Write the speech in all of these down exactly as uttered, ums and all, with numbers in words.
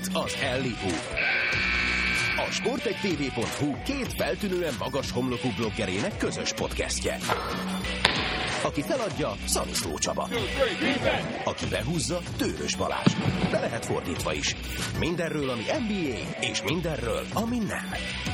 az Elihu. A sportek té vé pont hú két feltűnően magas homlokú bloggerének közös podcastje. Aki feladja, Szaniszló Csaba. Aki behúzza, Tőrös Balázs. De lehet fordítva is. Mindenről, ami en bé á, és mindenről, ami nem.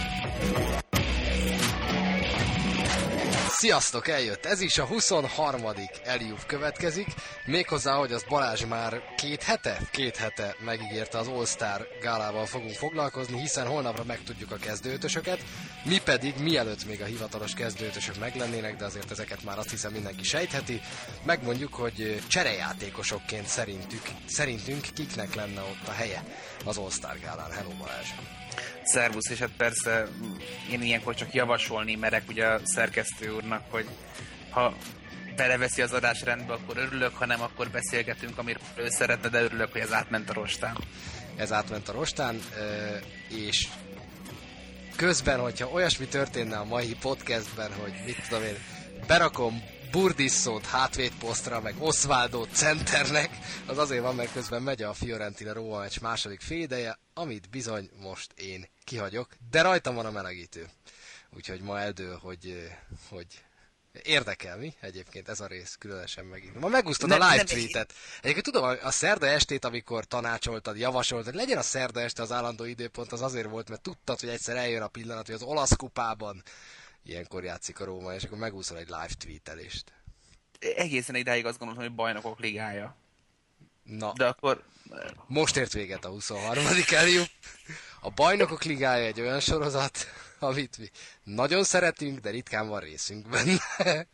Sziasztok, eljött! Ez is a huszonharmadik Elihu következik, méghozzá, hogy azt Balázs már két hete, két hete megígérte, az All-Star gálával fogunk foglalkozni, hiszen holnapra megtudjuk a kezdőötösöket, mi pedig, mielőtt még a hivatalos kezdőötösök meglennének, de azért ezeket már azt hiszem mindenki sejtheti, megmondjuk, hogy cserejátékosokként szerintük, szerintünk kiknek lenne ott a helye az All-Star gálán. Hello Balázs! Szervusz, és hát persze én ilyenkor csak javasolni merek ugye a szerkesztő úrnak, hogy ha beleveszi az adásrendbe, akkor örülök, ha nem, akkor beszélgetünk, amiről ő szeretne, de örülök, hogy ez átment a rostán. Ez átment a rostán, és közben, hogyha olyasmi történne a mai podcastben, hogy mit tudom én, berakom Burdisszót hátvédposztra, meg Oswaldót centernek, az azért van, mert közben megy a Fiorentina-Róma meccs második félideje, amit bizony most én kihagyok, de rajtam van a melegítő. Úgyhogy ma eldől, hogy, hogy érdekel mi egyébként ez a rész különösen megint. Ma megúsztad a live tweetet. Egyébként tudom, a szerda estét, amikor tanácsoltad, javasoltad, hogy legyen a szerda este az állandó időpont, az azért volt, mert tudtad, hogy egyszer eljön a pillanat, hogy az olasz kupában ilyenkor játszik a Róma, és akkor megúszol egy live tweetelést. Egészen idáig azt gondolom, hogy bajnokok ligája. Na, de akkor... most ért véget a huszonharmadik Elihu. A bajnokok ligája egy olyan sorozat, amit mi nagyon szeretünk, de ritkán van részünk benne.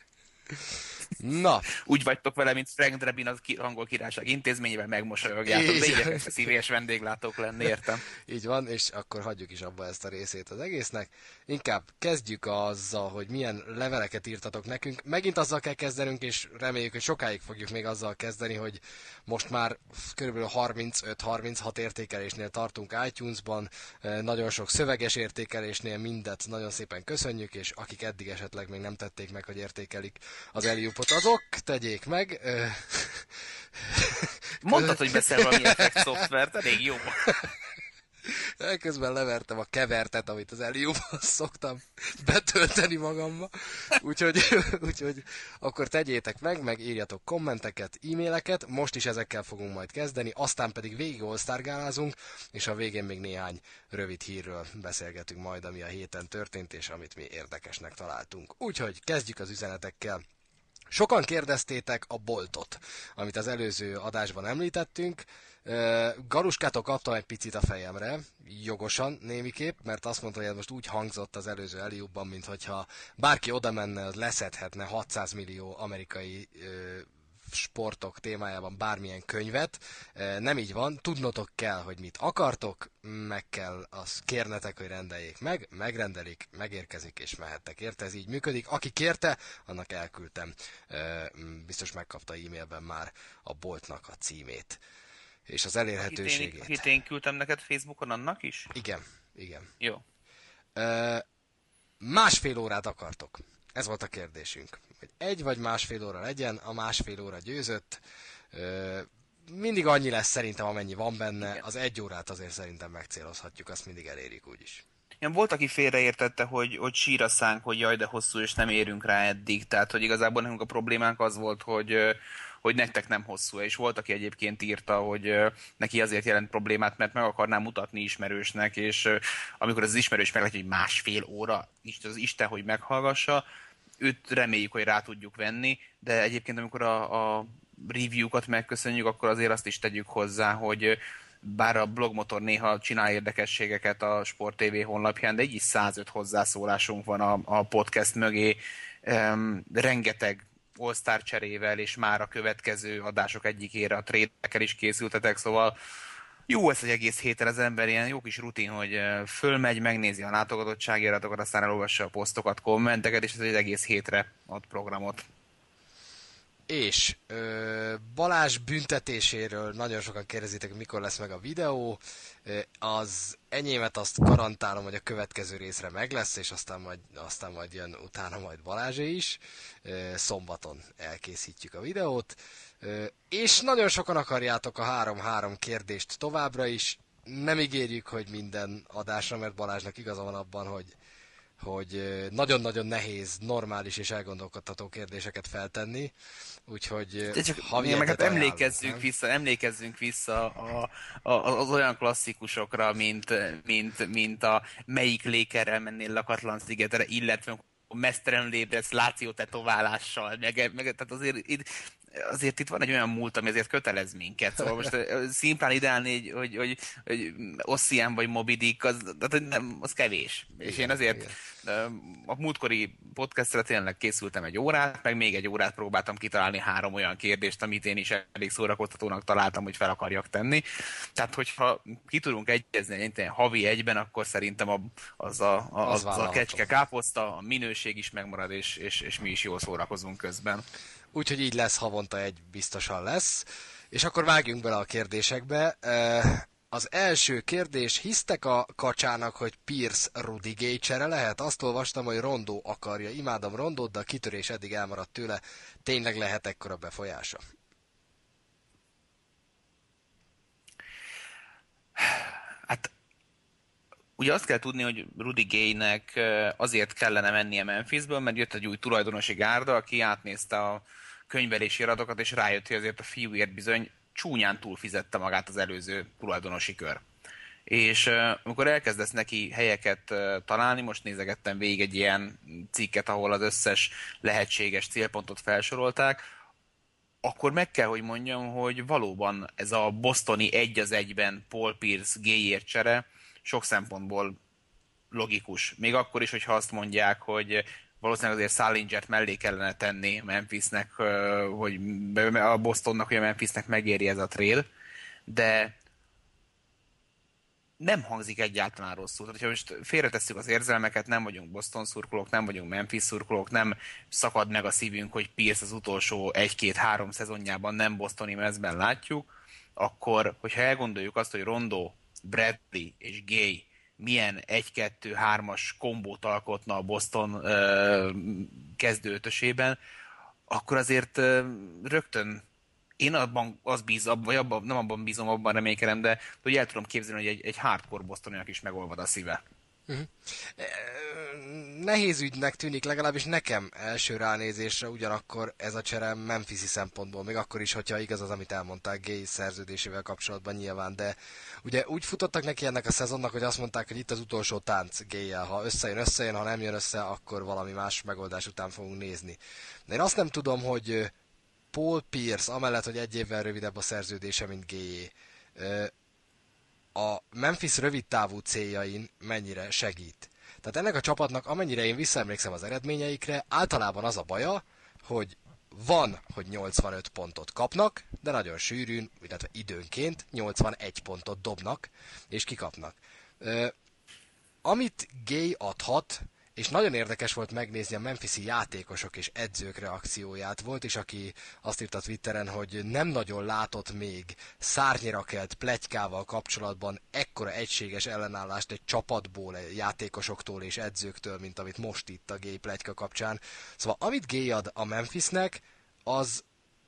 Na. Úgy vagytok vele, mint Frank Drebin az angol királyság intézményével megmosolyogjátok, de igyekeztek szívélyes vendéglátók lenni, értem. Így van, és akkor hagyjuk is abba ezt a részét az egésznek. Inkább kezdjük azzal, hogy milyen leveleket írtatok nekünk. Megint azzal kell kezdenünk, és reméljük, hogy sokáig fogjuk még azzal kezdeni, hogy most már kb. harmincöt-harminchat értékelésnél tartunk iTunes-ban, nagyon sok szöveges értékelésnél, mindet nagyon szépen köszönjük, és akik eddig esetleg még nem tették meg, hogy értékelik az Elihupot, azok tegyék meg. Mondtad, hogy beszél valami effekt szoftvert, elég jó. Közben levertem a kevertet, amit az Elihuban szoktam betölteni magamba. Úgyhogy, úgyhogy akkor tegyétek meg, meg írjatok kommenteket, e-maileket, most is ezekkel fogunk majd kezdeni, aztán pedig végig all-stargálázunk, és a végén még néhány rövid hírről beszélgetünk majd, ami a héten történt, és amit mi érdekesnek találtunk. Úgyhogy kezdjük az üzenetekkel. Sokan kérdeztétek a boltot, amit az előző adásban említettünk. Galuskától kaptam egy picit a fejemre, jogosan némiképp, mert azt mondta, hogy ez most úgy hangzott az előző Elihubban, mintha bárki oda menne, az leszedhetne hatszáz millió amerikai sportok témájában bármilyen könyvet. Nem így van, tudnotok kell, hogy mit akartok, meg kell azt kérnetek, hogy rendeljék meg, megrendelik, megérkezik és mehettek. Érte, ez így működik. Aki kérte, annak elküldtem. Biztos megkapta e-mailben már a boltnak a címét. És az elérhetőségét. Akit én, akit én küldtem neked Facebookon, annak is? Igen, igen. Jó. Másfél órát akartok. Ez volt a kérdésünk. Hogy egy vagy másfél óra legyen, a másfél óra győzött. Ö, mindig annyi lesz szerintem, amennyi van benne. Igen. Az egy órát azért szerintem megcélozhatjuk, azt mindig elérjük úgyis. Igen, volt, aki félreértette, hogy, hogy sír a szánk, hogy jaj, de hosszú, és nem érünk rá eddig. Tehát, hogy igazából nekünk a problémánk az volt, hogy, hogy nektek nem hosszú. És volt, aki egyébként írta, hogy neki azért jelent problémát, mert meg akarná mutatni ismerősnek, és amikor az ismerős meglátja, hogy másfél óra, az Isten, hogy meghallgassa, őt reméljük, hogy rá tudjuk venni, de egyébként amikor a, a review-kat megköszönjük, akkor azért azt is tegyük hozzá, hogy bár a Blogmotor néha csinál érdekességeket a Sport té vé honlapján, de így is százöt hozzászólásunk van a, a podcast mögé, um, rengeteg All-Star cserével, és már a következő adások egyikére a trédekkel is készültetek, szóval jó ez egy egész héten az ember, ilyen jó kis rutin, hogy fölmegy, megnézi a látogatottsági adatokat, aztán elolvassa a posztokat, kommenteket, és ez egy egész hétre ad programot. És ö, Balázs büntetéséről nagyon sokan kérdezitek, hogy mikor lesz meg a videó. Az enyémet azt garantálom, hogy a következő részre meg lesz, és aztán majd, aztán majd jön utána majd Balázsé is. Szombaton elkészítjük a videót. És nagyon sokan akarjátok a három-három kérdést továbbra is. nem ígérjük, hogy minden adásra, mert Balázsnak igaza van abban, hogy hogy nagyon-nagyon nehéz, normális és elgondolkodtató kérdéseket feltenni, úgyhogy de csak ha meg hát ajánlunk, emlékezzünk nem? vissza, emlékezzünk vissza a, a, az olyan klasszikusokra, mint, mint, mint a melyik lékerrel mennél lakatlan szigetre, illetve mesztelenül ébredsz Láció tetoválással, meg, meg, tehát azért itt, azért itt van egy olyan múlt, ami azért kötelez minket. Szóval most szimplán ideálni, hogy, hogy, hogy, hogy Ossian vagy Moby Dick, az, nem, az kevés. Igen, és én azért igen. A múltkori podcastra tényleg készültem egy órát, meg még egy órát próbáltam kitalálni három olyan kérdést, amit én is elég szórakoztatónak találtam, hogy fel akarjak tenni. Tehát, hogyha ki tudunk egyezni egy havi egyben, akkor szerintem a, az, a, a, az, az a kecske káposzta, a minőség is megmarad, és, és, és mi is jól szórakozunk közben. Úgyhogy így lesz, havonta egy biztosan lesz. És akkor vágjunk bele a kérdésekbe. Az első kérdés, hisztek a kacsának, hogy Pierce Rudy Gay csere lehet? Azt olvastam, hogy Rondó akarja. Imádom Rondót, de a kitörés eddig elmaradt tőle. Tényleg lehet ekkora befolyása? Hát ugye azt kell tudni, hogy Rudy Gaynek azért kellene mennie Memphisből, mert jött egy új tulajdonosi gárda, aki átnézte a könyvelési adatokat, és rájött, hogy azért a fiúért bizony csúnyán túlfizette magát az előző tulajdonosi kör. És uh, amikor elkezdesz neki helyeket uh, találni, most nézegettem végig egy ilyen cikket, ahol az összes lehetséges célpontot felsorolták, akkor meg kell, hogy mondjam, hogy valóban ez a bostoni egy az egyben Paul Pierce Gayért csere sok szempontból logikus. Még akkor is, hogyha azt mondják, hogy valószínűleg azért Salingert mellé kellene tenni Memphisnek, hogy a Bostonnak, hogy a Memphisnek megéri ez a trade, de nem hangzik egyáltalán rosszul. Tehát, hogyha most félretesszük az érzelmeket, nem vagyunk Boston szurkolók, nem vagyunk Memphis szurkolók, nem szakad meg a szívünk, hogy Pierce az utolsó egy-két-három szezonjában nem bostoni mezben látjuk, akkor, hogyha elgondoljuk azt, hogy Rondo, Bradley és Gay milyen egy-kettő-hármas kombót alkotna a Boston uh, kezdőötösében, akkor azért uh, rögtön én abban az bízom, vagy abban, nem abban bízom, abban reménykedem, de hogy el tudom képzelni, hogy egy, egy hardcore Bostoniak is megolvad a szíve. Uh-huh. Nehéz ügynek tűnik, legalábbis nekem első ránézésre, ugyanakkor ez a csere Memphis-i szempontból, még akkor is, hogyha igaz az, amit elmondták Gay szerződésével kapcsolatban nyilván, de ugye úgy futottak neki ennek a szezonnak, hogy azt mondták, hogy itt az utolsó tánc Gay-jel, ha összejön, összejön, ha nem jön össze, akkor valami más megoldás után fogunk nézni. De én azt nem tudom, hogy Paul Pierce, amellett, hogy egy évvel rövidebb a szerződése, mint Gay, a Memphis rövidtávú céljain mennyire segít. Tehát ennek a csapatnak, amennyire én visszaemlékszem az eredményeikre, általában az a baja, hogy van, hogy nyolcvanöt pontot kapnak, de nagyon sűrűn, illetve időnként nyolcvanegy pontot dobnak, és kikapnak. Ö, amit Gay adhat, és nagyon érdekes volt megnézni a Memphis-i játékosok és edzők reakcióját. Volt is, aki azt írta Twitteren, hogy nem nagyon látott még szárnyira kelt pletykával kapcsolatban ekkora egységes ellenállást egy csapatból, egy játékosoktól és edzőktől, mint amit most itt a Gay pletyka kapcsán. Szóval amit Gay ad a Memphisnek, az,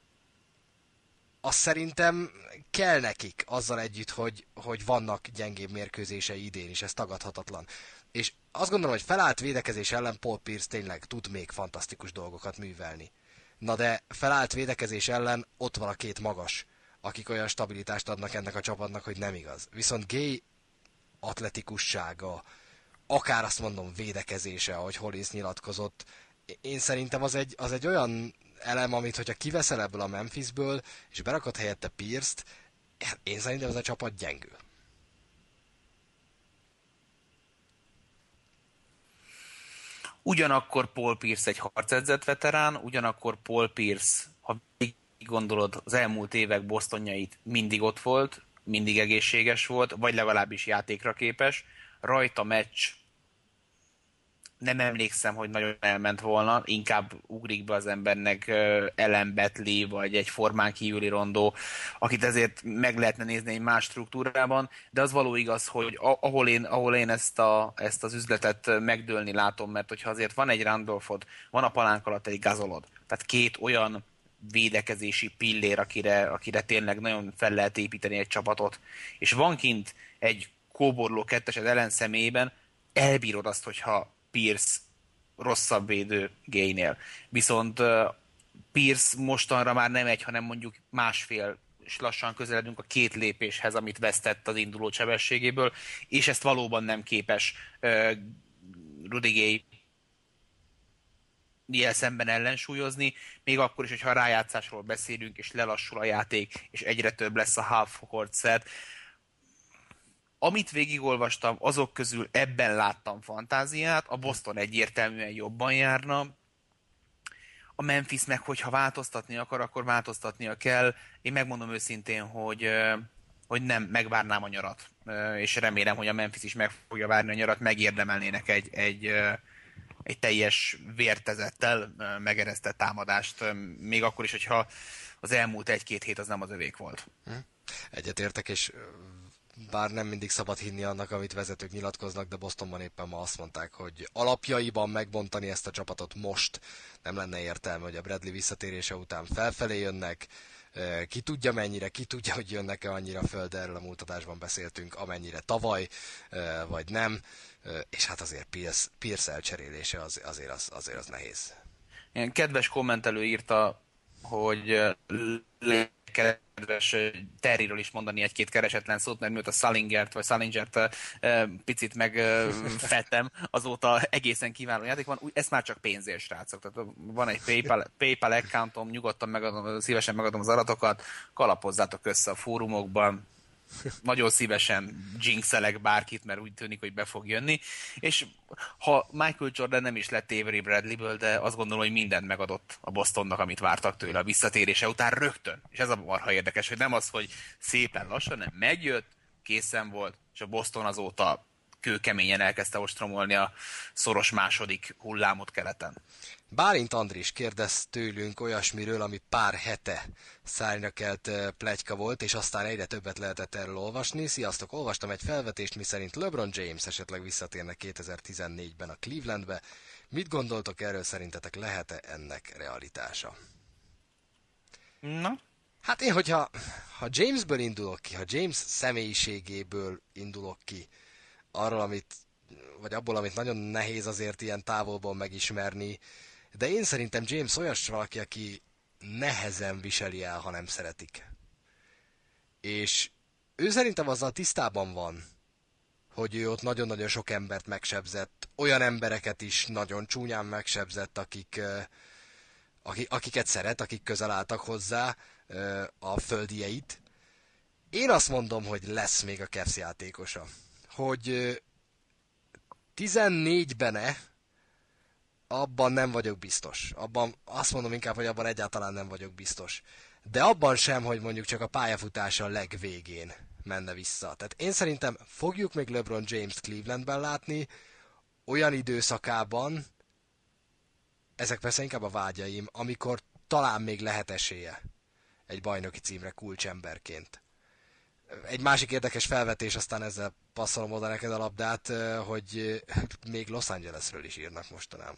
az szerintem kell nekik azzal együtt, hogy, hogy vannak gyengébb mérkőzései idén is, ez tagadhatatlan. És azt gondolom, hogy felállt védekezés ellen Paul Pierce tényleg tud még fantasztikus dolgokat művelni. Na de felállt védekezés ellen ott van a két magas, akik olyan stabilitást adnak ennek a csapatnak, hogy nem igaz. Viszont Gay atletikussága, akár azt mondom védekezése, ahogy Hollins nyilatkozott, én szerintem az egy, az egy olyan elem, amit hogyha kiveszel ebből a Memphisből, és berakod helyette Pierce-t, én szerintem ez a csapat gyengül. Ugyanakkor Paul Pierce egy harcedzett veterán, ugyanakkor Paul Pierce, ha gondolod, az elmúlt évek Bostonjait mindig ott volt, mindig egészséges volt, vagy legalábbis játékra képes. Rajta meccs nem emlékszem, hogy nagyon elment volna, inkább ugrik be az embernek Ellen Betley, vagy egy formán kívüli Rondó, akit ezért meg lehetne nézni egy más struktúrában, de az való igaz, hogy ahol én, ahol én ezt, a, ezt az üzletet megdőlni látom, mert hogyha azért van egy Randolphod, van a palánk alatt egy Gazolod, tehát két olyan védekezési pillér, akire, akire tényleg nagyon fel lehet építeni egy csapatot. És van kint egy kóborló kettesed ellen személyében, elbírod azt, hogyha Pierce rosszabb védő Gaynél. Viszont Pierce mostanra már nem egy, hanem mondjuk másfél, és lassan közeledünk a két lépéshez, amit vesztett az induló sebességéből, és ezt valóban nem képes uh, Rudy Gay ilyen szemben ellensúlyozni, még akkor is, hogyha a rájátszásról beszélünk, és lelassul a játék, és egyre több lesz a half-court set. Amit végigolvastam, azok közül ebben láttam fantáziát, a Boston egyértelműen jobban járna, a Memphis meg, hogyha változtatni akar, akkor változtatnia kell. Én megmondom őszintén, hogy, hogy nem, megvárnám a nyarat, és remélem, hogy a Memphis is meg fogja várni a nyarat, megérdemelnének egy, egy, egy teljes vértezettel megeresztett támadást, még akkor is, hogyha az elmúlt egy-két hét az nem az övék volt. Egyetértek, és bár nem mindig szabad hinni annak, amit vezetők nyilatkoznak, de Bostonban éppen ma azt mondták, hogy alapjaiban megbontani ezt a csapatot most nem lenne értelme, hogy a Bradley visszatérése után felfelé jönnek, ki tudja mennyire, ki tudja, hogy jönnek-e annyira föl, de erről a múlt adásban beszéltünk, amennyire tavaly, vagy nem, és hát azért Pierce, Pierce elcserélése az, azért, az, azért az nehéz. Ilyen kedves kommentelő írta, hogy kedves Terryről is mondani egy-két keresetlen szót, mert mióta Salingert vagy Salingert picit megfettem, azóta egészen kiváló játék van. Ezt már csak pénzért, srácok. Tehát van egy PayPal, PayPal accountom, nyugodtan megadom, szívesen megadom az adatokat, kalapozzátok össze a fórumokban, nagyon szívesen jinxelek bárkit, mert úgy tűnik, hogy be fog jönni. És ha Michael Jordan nem is lett Avery Bradleyből, de azt gondolom, hogy mindent megadott a Bostonnak, amit vártak tőle a visszatérése után rögtön. És ez a marha érdekes, hogy nem az, hogy szépen lassan, nem megjött, készen volt, és a Boston azóta kőkeményen elkezdte ostromolni a szoros második hullámot keleten. Bálint Andris kérdez tőlünk olyasmiről, ami pár hete szárnyra kelt pletyka volt, és aztán egyre többet lehetett erről olvasni. Sziasztok, olvastam egy felvetést, miszerint LeBron James esetleg visszatérne kétezer-tizennégyben a Clevelandbe. Mit gondoltok erről, szerintetek lehet-e ennek realitása? Na? Hát én, hogyha ha Jamesből indulok ki, ha James személyiségéből indulok ki, arról, amit, vagy abból, amit nagyon nehéz azért ilyen távolból megismerni, de én szerintem James olyas valaki, aki nehezen viseli el, ha nem szeretik. És ő szerintem azzal tisztában van, hogy ő ott nagyon-nagyon sok embert megsebzett, olyan embereket is nagyon csúnyán megsebzett, akik, akiket szeret, akik közel álltak hozzá, a földieit. Én azt mondom, hogy lesz még a Cavs játékosa. Hogy tizennégyben-e, abban nem vagyok biztos. Abban azt mondom inkább, hogy abban egyáltalán nem vagyok biztos. De abban sem, hogy mondjuk csak a pályafutása legvégén menne vissza. Tehát én szerintem fogjuk még LeBron James Clevelandben látni, olyan időszakában, ezek persze inkább a vágyaim, amikor talán még lehet esélye egy bajnoki címre kulcsemberként. Egy másik érdekes felvetés, aztán ezzel passzolom oda neked a labdát, hogy még Los Angelesről is írnak mostanában.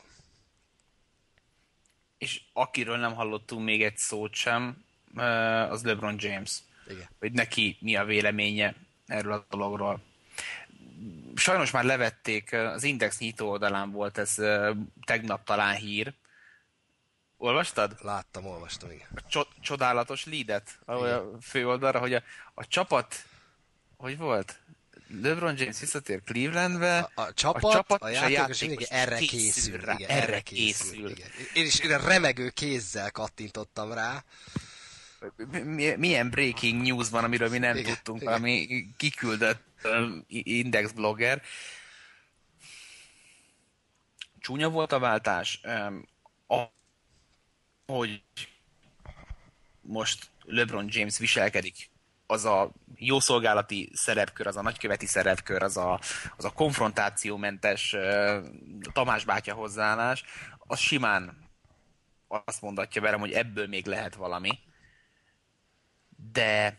És akiről nem hallottunk még egy szót sem, az LeBron James. Igen. Hogy neki mi a véleménye erről a dologról. Sajnos már levették, az Index nyitó oldalán volt ez tegnap talán hír. Olvastad? Láttam, olvastam, igen. A csodálatos leadet a főoldalra, hogy a, a csapat, hogy volt? LeBron James visszatér Clevelandbe, a, a, csapat, a csapat a és a játékos, játékos erre készül, készül, rá, igen, erre készül. készül igen. Én is én remegő kézzel kattintottam rá. Milyen breaking news van, amiről mi nem igen, tudtunk, igen. ami kiküldött Index blogger. Csúnya volt a váltás. Ahogy most LeBron James viselkedik, az a jószolgálati szerepkör, az a nagyköveti szerepkör, az a, az a konfrontációmentes uh, Tamás bátya hozzáállás, az simán azt mondatja velem, hogy ebből még lehet valami. De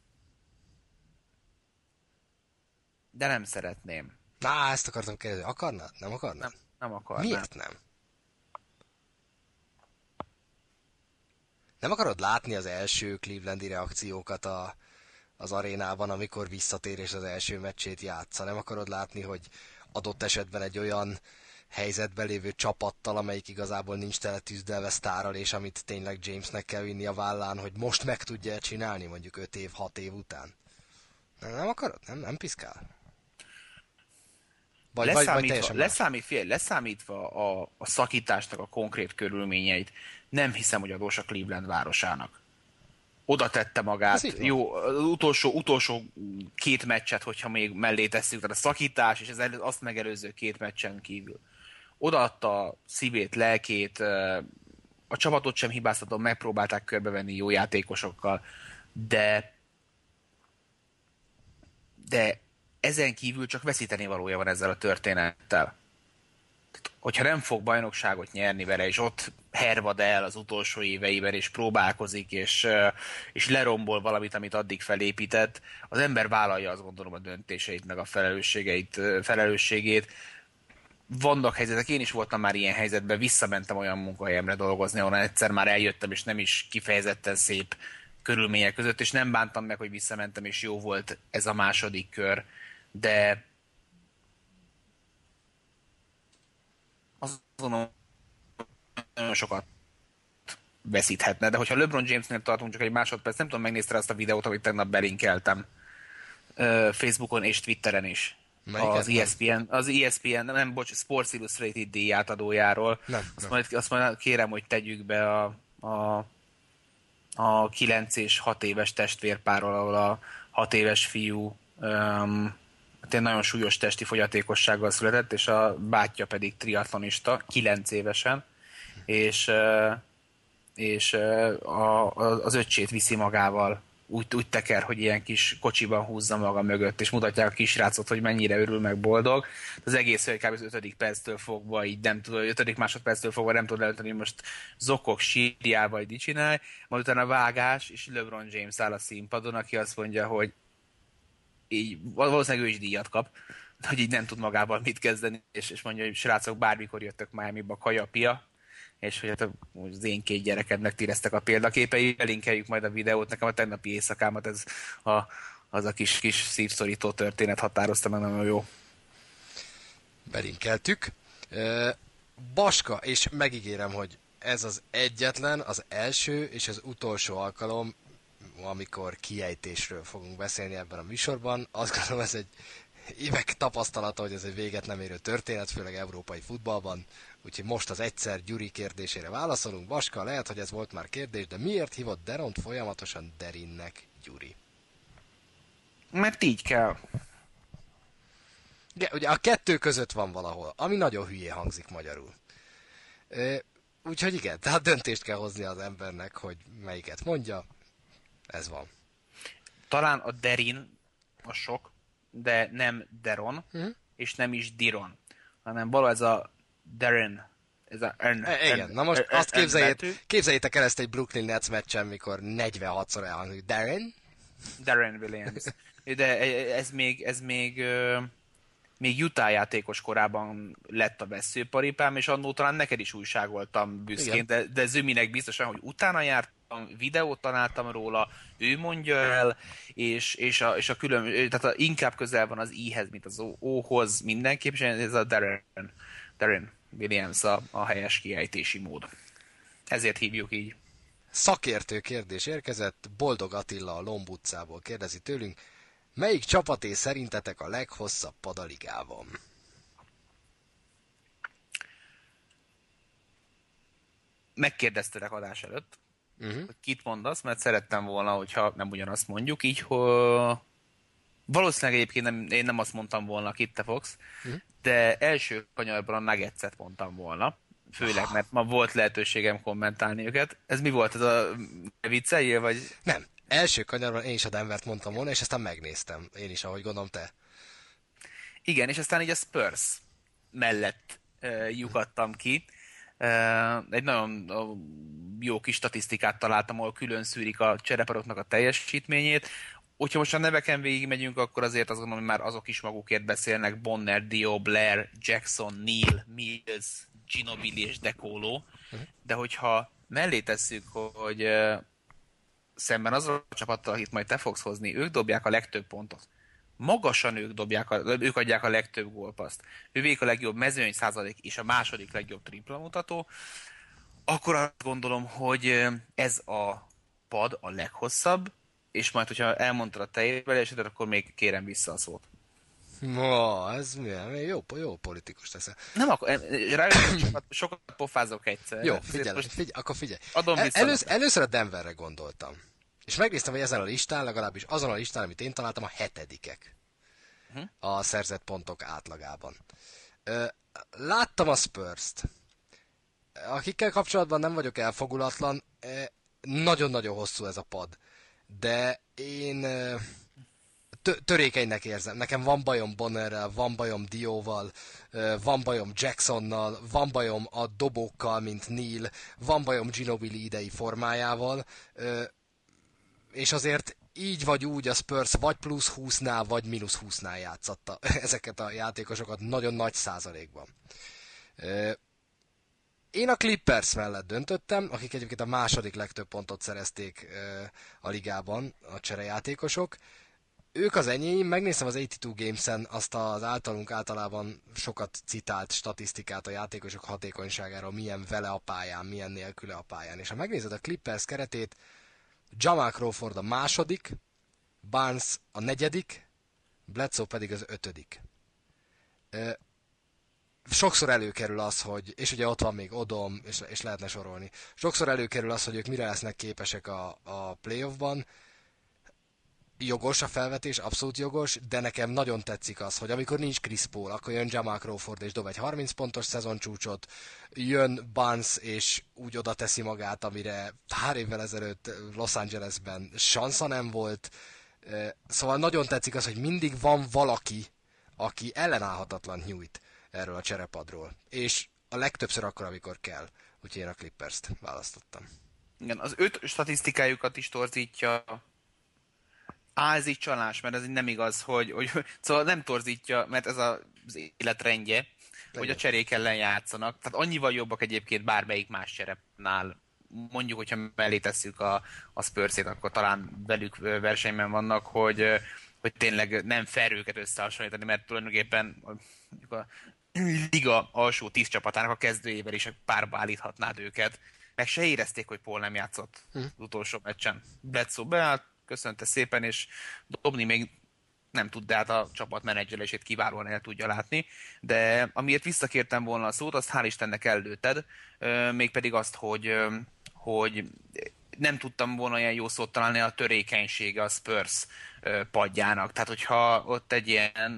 de nem szeretném. Na, ezt akartam kérdezni. Akarnád? Nem akarnád? Nem, nem akarnám. Miért nem? Nem akarod látni az első Clevelandi reakciókat a, az arénában, amikor visszatér és az első meccsét játsza? Nem akarod látni, hogy adott esetben egy olyan helyzetben lévő csapattal, amelyik igazából nincs teletűzdelve sztárral, és amit tényleg Jamesnek kell vinni a vállán, hogy most meg tudja csinálni, mondjuk öt év, hat év után? Nem, nem akarod? Nem, nem piszkál? Vagy, leszámítva, vagy, vagy leszámít, fél, leszámítva a, a szakításnak a konkrét körülményeit, nem hiszem, hogy adós a Cleveland városának. Oda tette magát. Jó, az utolsó, utolsó két meccset, hogyha még mellé tesszük, tehát a szakítás és az elő, azt megelőző két meccsen kívül. Odaadta a szívét, lelkét, a csapatot sem hibáztatom, megpróbálták körbevenni jó játékosokkal, de de ezen kívül csak veszíteni valója van ezzel a történettel. Hogyha nem fog bajnokságot nyerni vele, és ott hervad el az utolsó éveiben, és próbálkozik, és, és lerombol valamit, amit addig felépített, az ember vállalja, azt gondolom, a döntéseit, meg a felelősségeit, felelősségét. Vannak helyzetek, én is voltam már ilyen helyzetben, visszamentem olyan munkahelyemre dolgozni, ahol egyszer már eljöttem, és nem is kifejezetten szép körülmények között, és nem bántam meg, hogy visszamentem, és jó volt ez a második kör, de azt gondolom, nagyon sokat veszíthetne, de hogyha LeBron Jamesnél tartunk csak egy másodperc, nem tudom, megnézte azt a videót, amit tegnap belinkeltem Facebookon és Twitteren is. Melyiket? Az E S P N, az E S P N, nem, bocs, Sports Illustrated díj átadójáról. Nem, azt, nem. Majd, azt majd kérem, hogy tegyük be a, a, a kilenc és hat éves testvérpárról, ahol a hat éves fiú um, egy nagyon súlyos testi fogyatékossággal született, és a bátyja pedig triatlonista, kilenc évesen, és, és a, az öccsét viszi magával, úgy, úgy teker, hogy ilyen kis kocsiban húzza maga mögött, és mutatják a kisrácot, hogy mennyire örül meg boldog. Az egész kb. Az ötödik perctől fogva, így nem tud, ötödik másodperctől fogva nem tud eldönteni, hogy most zokog, sírjál, vagy így csinálj, majd utána vágás, és LeBron James áll a színpadon, aki azt mondja, hogy így valószínűleg ő is díjat kap, hogy így nem tud magával mit kezdeni, és, és mondja, hogy srácok, bármikor jöttök Miami-ba, kaja, pia, és hogy hát az én két gyerekednek tíreztek a példaképei, elinkeljük majd a videót, nekem a tegnapi éjszakámat ez a, az a kis, kis szívszorító történet határozta meg, nagyon jó. Belinkeltük. Baska, és megígérem, hogy ez az egyetlen, az első és az utolsó alkalom, amikor kiejtésről fogunk beszélni ebben a műsorban. Azt gondolom, ez egy évek tapasztalata, hogy ez egy véget nem érő történet, főleg európai futballban. Úgyhogy most az egyszer Gyuri kérdésére válaszolunk. Baska, lehet, hogy ez volt már kérdés, de miért hívott Deront folyamatosan Derinnek Gyuri? Mert így kell. Igen, ugye a kettő között van valahol, ami nagyon hülyé hangzik magyarul. Úgyhogy igen, tehát döntést kell hozni az embernek, hogy melyiket mondja. Ez van. Talán a Derin a sok, de nem Deron, uh-huh. és nem is Diron, hanem való ez a Derin. Ez a Ern, e, igen, na most azt képzeljét, képzeljétek el ezt egy Brooklyn Nets meccsen, mikor negyvenhatszor elhangzik. Derin? Derin Williams. De ez még, ez még, még Utah játékos korában lett a veszőparipám, és annó talán neked is újságoltam büszkén, de, de Züminek biztosan, hogy utána járt, videót találtam róla, ő mondja el, és, és, a, és a külön, tehát a, inkább közel van az I-hez, mint az O-hoz mindenképp, és ez a Darren, Darren Williams a, a helyes kiejtési mód. Ezért hívjuk így. Szakértő kérdés érkezett, Boldog Attila a Lomb utcából kérdezi tőlünk, melyik csapaté szerintetek a leghosszabb pad a ligában? Megkérdeztelek adás előtt, Uh-huh. hogy kit mondasz, mert szerettem volna, hogyha nem ugyanazt mondjuk, így, hogy valószínűleg egyébként nem, én nem azt mondtam volna, kit te fogsz, uh-huh. de első kanyarban a Nuggetset mondtam volna, főleg, mert ma volt lehetőségem kommentálni őket. Ez mi volt? Ez a vicceljél, vagy? Nem. Első kanyarban én is a Denvert mondtam volna, és aztán megnéztem. Én is, ahogy gondolom te. Igen, és aztán így a Spurs mellett uh, lyukadtam ki. Uh, egy nagyon uh, jó kis statisztikát találtam, ahol külön szűrik a csereparoknak a teljesítményét. Hogyha most a neveken végigmegyünk, akkor azért azt gondolom, hogy már azok is magukért beszélnek. Bonner, Dio, Blair, Jackson, Neal, Mills, Ginobili és Decolo. Uh-huh. De hogyha mellé tesszük, hogy uh, szemben azzal a csapattal, akit majd te fogsz hozni, ők dobják a legtöbb pontot. Magasan ők, dobják a, ők adják a legtöbb gólpaszt. Ővék a legjobb mezőny százalék és a második legjobb tripla mutató. Akkor azt gondolom, hogy ez a pad a leghosszabb, és majd, hogyha elmondtad a te érvelésedet, akkor még kérem vissza a szót. Ma, ez milyen? Jó, jó politikus teszel. Nem, akkor rájöttem, sokat, sokat pofázok egyszer. Jó, figyelj, figyelj, akkor figyelj. Adom vissza. Elősz, először a Denverre gondoltam. És megnéztem, hogy ezen a listán, legalábbis azon a listán, amit én találtam, a hetedikek. Uh-huh. A szerzett pontok átlagában. Láttam a Spurs-t. Akikkel kapcsolatban nem vagyok elfogulatlan, nagyon-nagyon hosszú ez a pad. De én törékenynek érzem. Nekem van bajom Bonnerrel, van bajom Dióval, van bajom Jacksonnal, van bajom a dobókkal, mint Neil, van bajom Ginobili idei formájával, és azért így vagy úgy a Spurs vagy plusz húsznál, vagy mínusz húsznál játszatta ezeket a játékosokat nagyon nagy százalékban. Én a Clippers mellett döntöttem, akik egyébként a második legtöbb pontot szerezték a ligában, a cserejátékosok. Ők az enyém, megnéztem az nyolcvankettő Games-en azt az általunk általában sokat citált statisztikát a játékosok hatékonyságáról, milyen vele a pályán, milyen nélküle a pályán. És ha megnézed a Clippers keretét, Jamal Crawford a második, Barnes a negyedik, Bledsoe pedig az ötödik. Sokszor előkerül az, hogy, és ugye ott van még Odom, és, és lehetne sorolni, sokszor előkerül az, hogy ők mire lesznek képesek a, a playoffban. Jogos a felvetés, abszolút jogos, de nekem nagyon tetszik az, hogy amikor nincs Chris Paul, akkor jön Jamal Crawford és dob egy harminc pontos szezoncsúcsot, jön Barnes és úgy oda teszi magát, amire pár évvel ezelőtt Los Angelesben sansza nem volt. Szóval nagyon tetszik az, hogy mindig van valaki, aki ellenállhatatlan nyújt erről a cserepadról. És a legtöbbször akkor, amikor kell. Úgyhogy én a Clippers-t választottam. Igen, az öt statisztikájukat is torzítja. Á, ez így csalás, mert ez így nem igaz, hogy, hogy szóval nem torzítja, mert ez az életrendje, legyen, hogy a cserék ellen játszanak. Tehát annyival jobbak egyébként bármelyik más cserepnál. Mondjuk, hogyha mellé tesszük a, a Spurs-ét, akkor talán velük versenyben vannak, hogy, hogy tényleg nem fair őket összehasonlítani, mert tulajdonképpen a liga alsó tíz csapatának a kezdőjével is párba állíthatnád őket. Meg se érezték, hogy Paul nem játszott hm. az utolsó meccsen. Bledsoe beállt, köszönte szépen, és dobni még nem tud, de hát a csapat menedzselését kiválóan el tudja látni. De amiért visszakértem volna a szót, azt hál' Istennek ellőtted, mégpedig azt, hogy, hogy nem tudtam volna olyan jó szót találni a törékenysége a Spurs padjának. Tehát, hogyha ott egy ilyen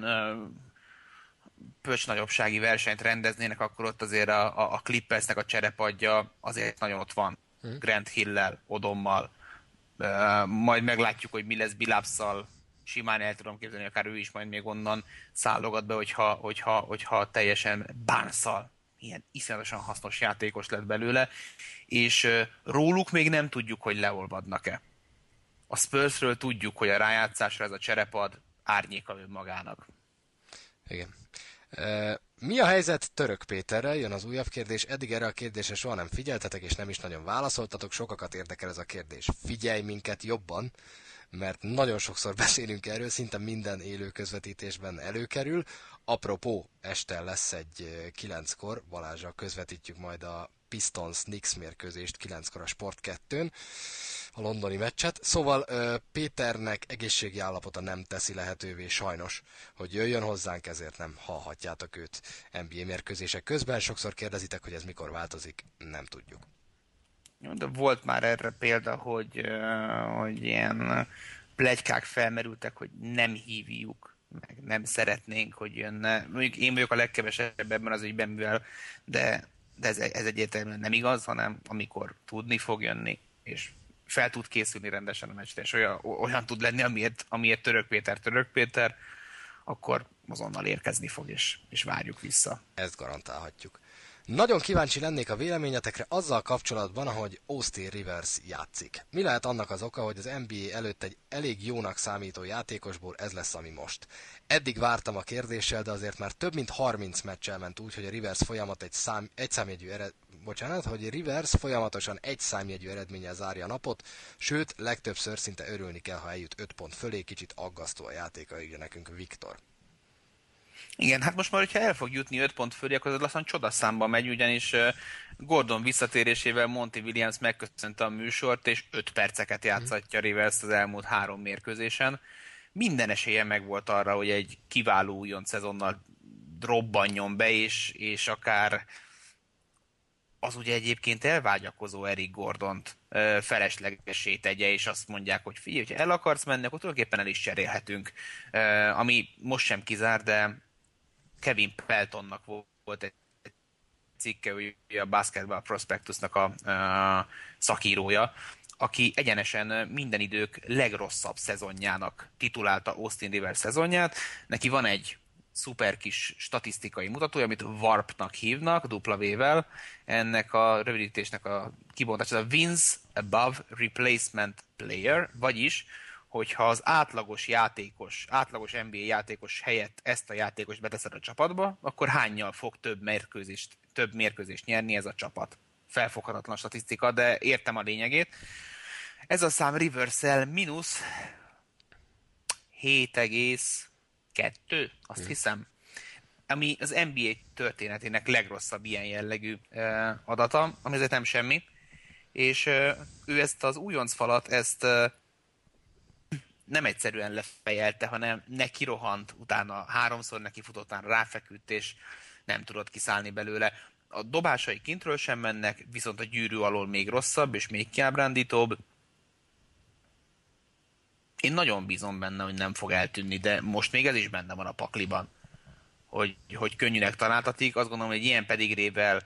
pöcsnagyobbsági versenyt rendeznének, akkor ott azért a, a, a Clippersnek a cserepadja azért nagyon ott van. Hmm. Grant Hill-lel, Odommal. Uh, majd meglátjuk, hogy mi lesz Billupsszal. Simán el tudom képzelni, akár ő is majd még onnan szállogat be, hogyha, hogyha, hogyha teljesen Barnes-szal. Ilyen iszonyatosan hasznos játékos lett belőle. És uh, róluk még nem tudjuk, hogy leolvadnak-e. A Spursről tudjuk, hogy a rájátszásra ez a cserepad árnyéka önmagának. Igen. Mi a helyzet Török Péterrel? Jön az újabb kérdés. Eddig erre a kérdésre soha nem figyeltetek, és nem is nagyon válaszoltatok. Sokakat érdekel ez a kérdés. Figyelj minket jobban, mert nagyon sokszor beszélünk erről, szinte minden élő közvetítésben előkerül. Apropó, este lesz egy kilenckor, Balázsral közvetítjük majd a Pistons-Knicks mérkőzést kilenckor a Sport kettőn, a londoni meccset. Szóval Péternek egészségi állapota nem teszi lehetővé sajnos, hogy jöjjön hozzánk, ezért nem hallhatjátok őt en bé á mérkőzések közben. Sokszor kérdezitek, hogy ez mikor változik, nem tudjuk. De volt már erre példa, hogy, hogy ilyen pletykák felmerültek, hogy nem hívjuk, meg nem szeretnénk, hogy jönne. Mondjuk én vagyok a legkevesebb ebben az ügyben, mivel, de, de ez, ez egyértelműen nem igaz, hanem amikor tudni fog jönni, és fel tud készülni rendesen a meccsre, és olyan, olyan tud lenni, amiért, amiért Török Péter, Török Péter, akkor azonnal érkezni fog, és, és várjuk vissza. Ezt garantálhatjuk. Nagyon kíváncsi lennék a véleményetekre azzal kapcsolatban, ahogy Austin Rivers játszik. Mi lehet annak az oka, hogy az en bé á előtt egy elég jónak számító játékosból ez lesz, ami most? Eddig vártam a kérdéssel, de azért már több mint harminc meccsel ment úgy, hogy a Rivers folyamat egy, szám, egy számjegyű ered... Bocsánat, hogy Rivers folyamatosan egy számjegyű eredménnyel zárja a napot, sőt, legtöbbször szinte örülni kell, ha eljut öt pont fölé, kicsit aggasztó a játéka, írja nekünk Viktor. Igen, hát most már, hogyha el fog jutni öt pont fölé, akkor az lassan csodaszámba megy, ugyanis Gordon visszatérésével Monty Williams megköszönte a műsort, és öt perceket játszatja Rivers az elmúlt három mérkőzésen. Minden esélye megvolt arra, hogy egy kiváló újonc szezonnal robbanjon be, és, és akár az ugye egyébként elvágyakozó Eric Gordont feleslegessé tegye, és azt mondják, hogy figyelj, hogyha el akarsz menni, akkor tulajdonképpen el is cserélhetünk. Ami most sem kizár, de Kevin Peltonnak volt egy cikke, a Basketball Prospectusnak a, a szakírója, aki egyenesen minden idők legrosszabb szezonjának titulálta Austin Rivers szezonját. Neki van egy szuper kis statisztikai mutatója, amit warp-nak hívnak, dupla V-vel. Ennek a rövidítésnek a kibontása a Wins Above Replacement Player, vagyis hogyha az átlagos játékos, átlagos en bé á játékos helyett ezt a játékost beteszed a csapatba, akkor hánnyal fog több mérkőzést, több mérkőzést nyerni ez a csapat. Felfoghatatlan statisztika, de értem a lényegét. Ez a szám Rivers-el mínusz hét egész kettő, azt hmm. hiszem. Ami az en bé á történetének legrosszabb ilyen jellegű uh, adata, ami azért nem semmi. És uh, ő ezt az újoncfalat, ezt uh, nem egyszerűen lefejelte, hanem neki rohant, utána háromszor neki futott, utána ráfeküdt, és nem tudott kiszállni belőle. A dobásai kintről sem mennek, viszont a gyűrű alól még rosszabb, és még kiábrándítóbb. Én nagyon bízom benne, hogy nem fog eltűnni, de most még ez is benne van a pakliban, hogy, hogy könnyűnek találtatik. Azt gondolom, hogy egy ilyen pedigrével,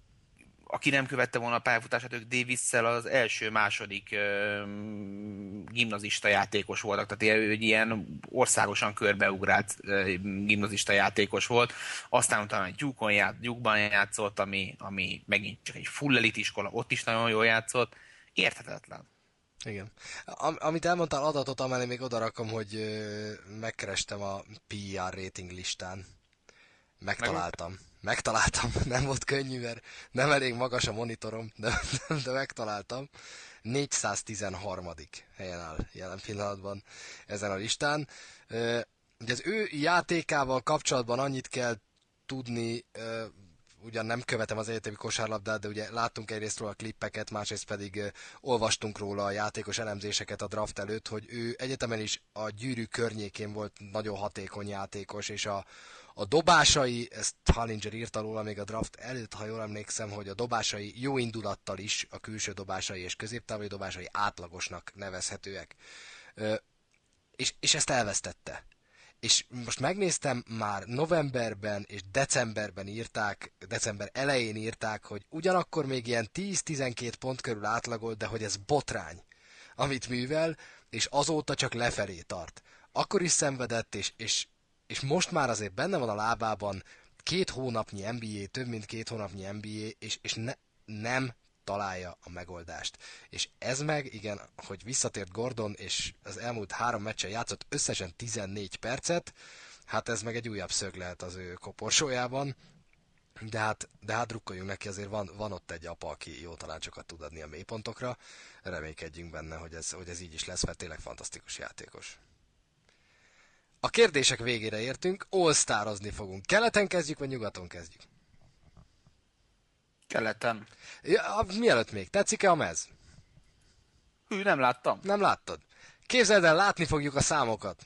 aki nem követte volna a pályafutását, ők Davis-szel az első-második uh, gimnazista játékos voltak, tehát ő egy ilyen országosan körbeugrált uh, gimnazista játékos volt. Aztán utána egy Duke-on ját, Duke-ban játszott, ami, ami megint csak egy full elit iskola, ott is nagyon jól játszott. Érthetetlen. Igen. Am- amit elmondtál adatot, amellé még odarakom, hogy ö, megkerestem a pé er rating listán. Megtaláltam. Meg... Megtaláltam. Nem volt könnyű, mert nem elég magas a monitorom, de, de megtaláltam. négyszáztizenharmadik helyen áll jelen pillanatban ezen a listán. Ö, ugye az ő játékával kapcsolatban annyit kell tudni, ö, ugyan nem követem az egyetemi kosárlabdát, de ugye láttunk egyrészt róla a klippeket, másrészt pedig uh, olvastunk róla a játékos elemzéseket a draft előtt, hogy ő egyetemen is a gyűrű környékén volt nagyon hatékony játékos, és a, a dobásai, ezt Hollinger írta róla még a draft előtt, ha jól emlékszem, hogy a dobásai jó indulattal is, a külső dobásai és középtávoli dobásai átlagosnak nevezhetőek. Uh, és, és ezt elvesztette. És most megnéztem, már novemberben és decemberben írták, december elején írták, hogy ugyanakkor még ilyen tíz-tizenkét pont körül átlagolt, de hogy ez botrány, amit művel, és azóta csak lefelé tart. Akkor is szenvedett, és, és, és most már azért benne van a lábában két hónapnyi en bé á, több mint két hónapnyi en bé á, és, és ne, nem találja a megoldást. És ez meg, igen, hogy visszatért Gordon, és az elmúlt három meccsen játszott összesen tizennégy percet, hát ez meg egy újabb szög lehet az ő koporsójában, de hát, de hát drukkoljunk neki, azért van, van ott egy apa, aki jó tanácsokat tud adni a mélypontokra, reménykedjünk benne, hogy ez, hogy ez így is lesz, mert tényleg fantasztikus játékos. A kérdések végére értünk, all-starozni fogunk. Keleten kezdjük, vagy nyugaton kezdjük? Keleten. Ja, mielőtt még, tetszik-e a mez? Hű, nem láttam. Nem láttad? Képzeld el, látni fogjuk a számokat.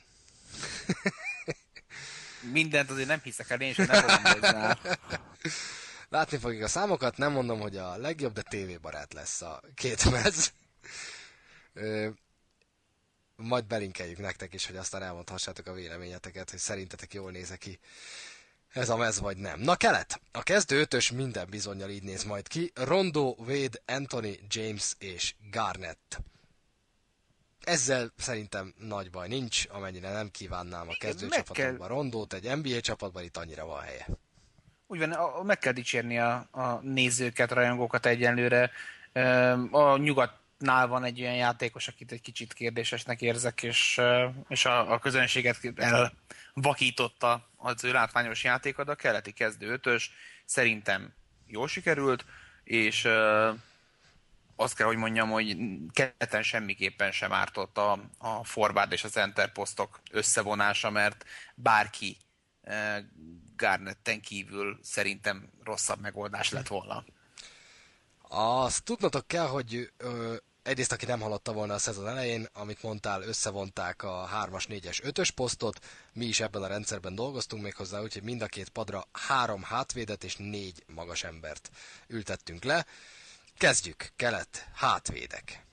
Mindent azért nem hiszek el, én is nem fogom hozzá. Látni fogjuk a számokat, nem mondom, hogy a legjobb, de tévébarát lesz a két mez. Ö, majd belinkeljük nektek is, hogy aztán elmondhassátok a véleményeteket, hogy szerintetek jól néz ki ez a mez vagy nem. Na kelet, a kezdő ötös minden bizonnyal így néz majd ki. Rondo, Wade, Anthony, James és Garnett. Ezzel szerintem nagy baj nincs, amennyire nem kívánnám a kezdőcsapatokban kell... Rondót, egy en bé á csapatban itt annyira van helye. Úgy van, a, meg kell dicsérni a, a nézőket, rajongókat egyenlőre. A nyugatnál van egy olyan játékos, akit egy kicsit kérdésesnek érzek, és, és a, a közönséget elvakította az ő látványos játéka, de a keleti kezdő ötös szerintem jól sikerült, és azt kell, hogy mondjam, hogy keleten semmiképpen sem ártott a, a forward és a center posztok összevonása, mert bárki Garnetten kívül szerintem rosszabb megoldás lett volna. Azt tudnotok kell, hogy ö, egyrészt aki nem hallotta volna a szezon elején, amit mondtál, összevonták a hármas, négyes, ötös posztot, mi is ebben a rendszerben dolgoztunk még hozzá, úgyhogy mind a két padra három hátvédet és négy magas embert ültettünk le. Kezdjük, kelet, hátvédek.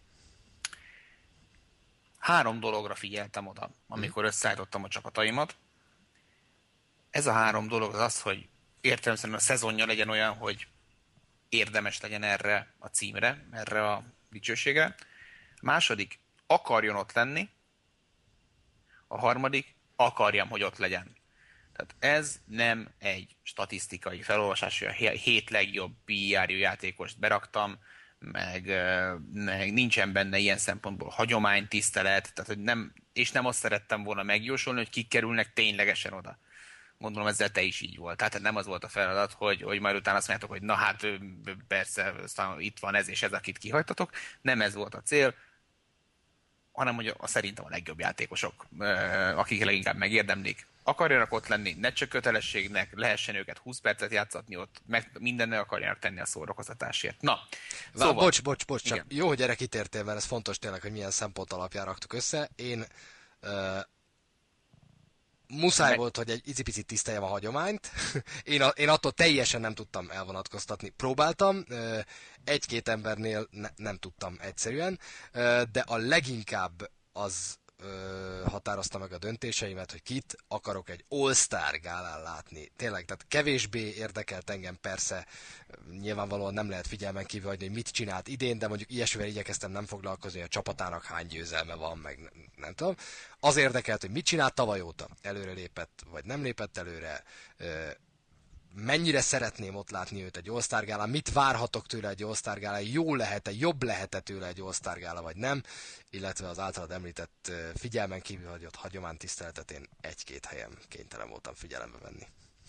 Három dologra figyeltem oda, amikor összeállítottam a csapataimat. Ez a három dolog az az, hogy értelemszerűen a szezonja legyen olyan, hogy érdemes legyen erre a címre, erre a dicsőségre. A második, akarjon ott lenni. A harmadik, akarjam, hogy ott legyen. Tehát ez nem egy statisztikai felolvasás, hogy a hét legjobb pé i er játékost beraktam, meg, meg nincsen benne ilyen szempontból hagyománytisztelet, tehát, hogy nem, és nem azt szerettem volna megjósolni, hogy kik kerülnek ténylegesen oda. Gondolom ezzel te is így volt. Tehát nem az volt a feladat, hogy, hogy majd utána azt mondjátok, hogy na hát persze, itt van ez és ez, akit kihagytatok. Nem ez volt a cél, hanem hogy a, szerintem a legjobb játékosok, akik leginkább megérdemlik, akarjanak ott lenni, ne csak kötelességnek, lehessen őket húsz percet játszatni ott, meg mindennel akarjanak tenni a szórakoztatásért. Na, szóval... Bocs, bocs, bocs, csak igen. Jó, hogy erre kitértél, mert ez fontos tényleg, hogy milyen szempont alapján raktuk össze. Én uh, muszáj meg... volt, hogy egy icipicit tiszteljem a hagyományt. én, a, én attól teljesen nem tudtam elvonatkoztatni. Próbáltam, uh, egy-két embernél ne, nem tudtam egyszerűen, uh, de a leginkább az határozta meg a döntéseimet, hogy kit akarok egy All-Star gálán látni. Tényleg, tehát kevésbé érdekelt engem, persze nyilvánvalóan nem lehet figyelmen kívül hagyni, hogy mit csinált idén, de mondjuk ilyesmivel igyekeztem nem foglalkozni, hogy a csapatának hány győzelme van, meg nem, nem tudom. Az érdekelt, hogy mit csinált tavaly óta. Előre lépett, vagy nem lépett előre, mennyire szeretném ott látni őt egy All-Star gálán, mit várhatok tőle egy All-Star gálán, jó lehet-e, jobb lehet-e tőle egy All-Star gála, vagy nem, illetve az általad említett figyelmen kívül hagyott hagyománytiszteletet én egy-két helyen kénytelen voltam figyelembe venni.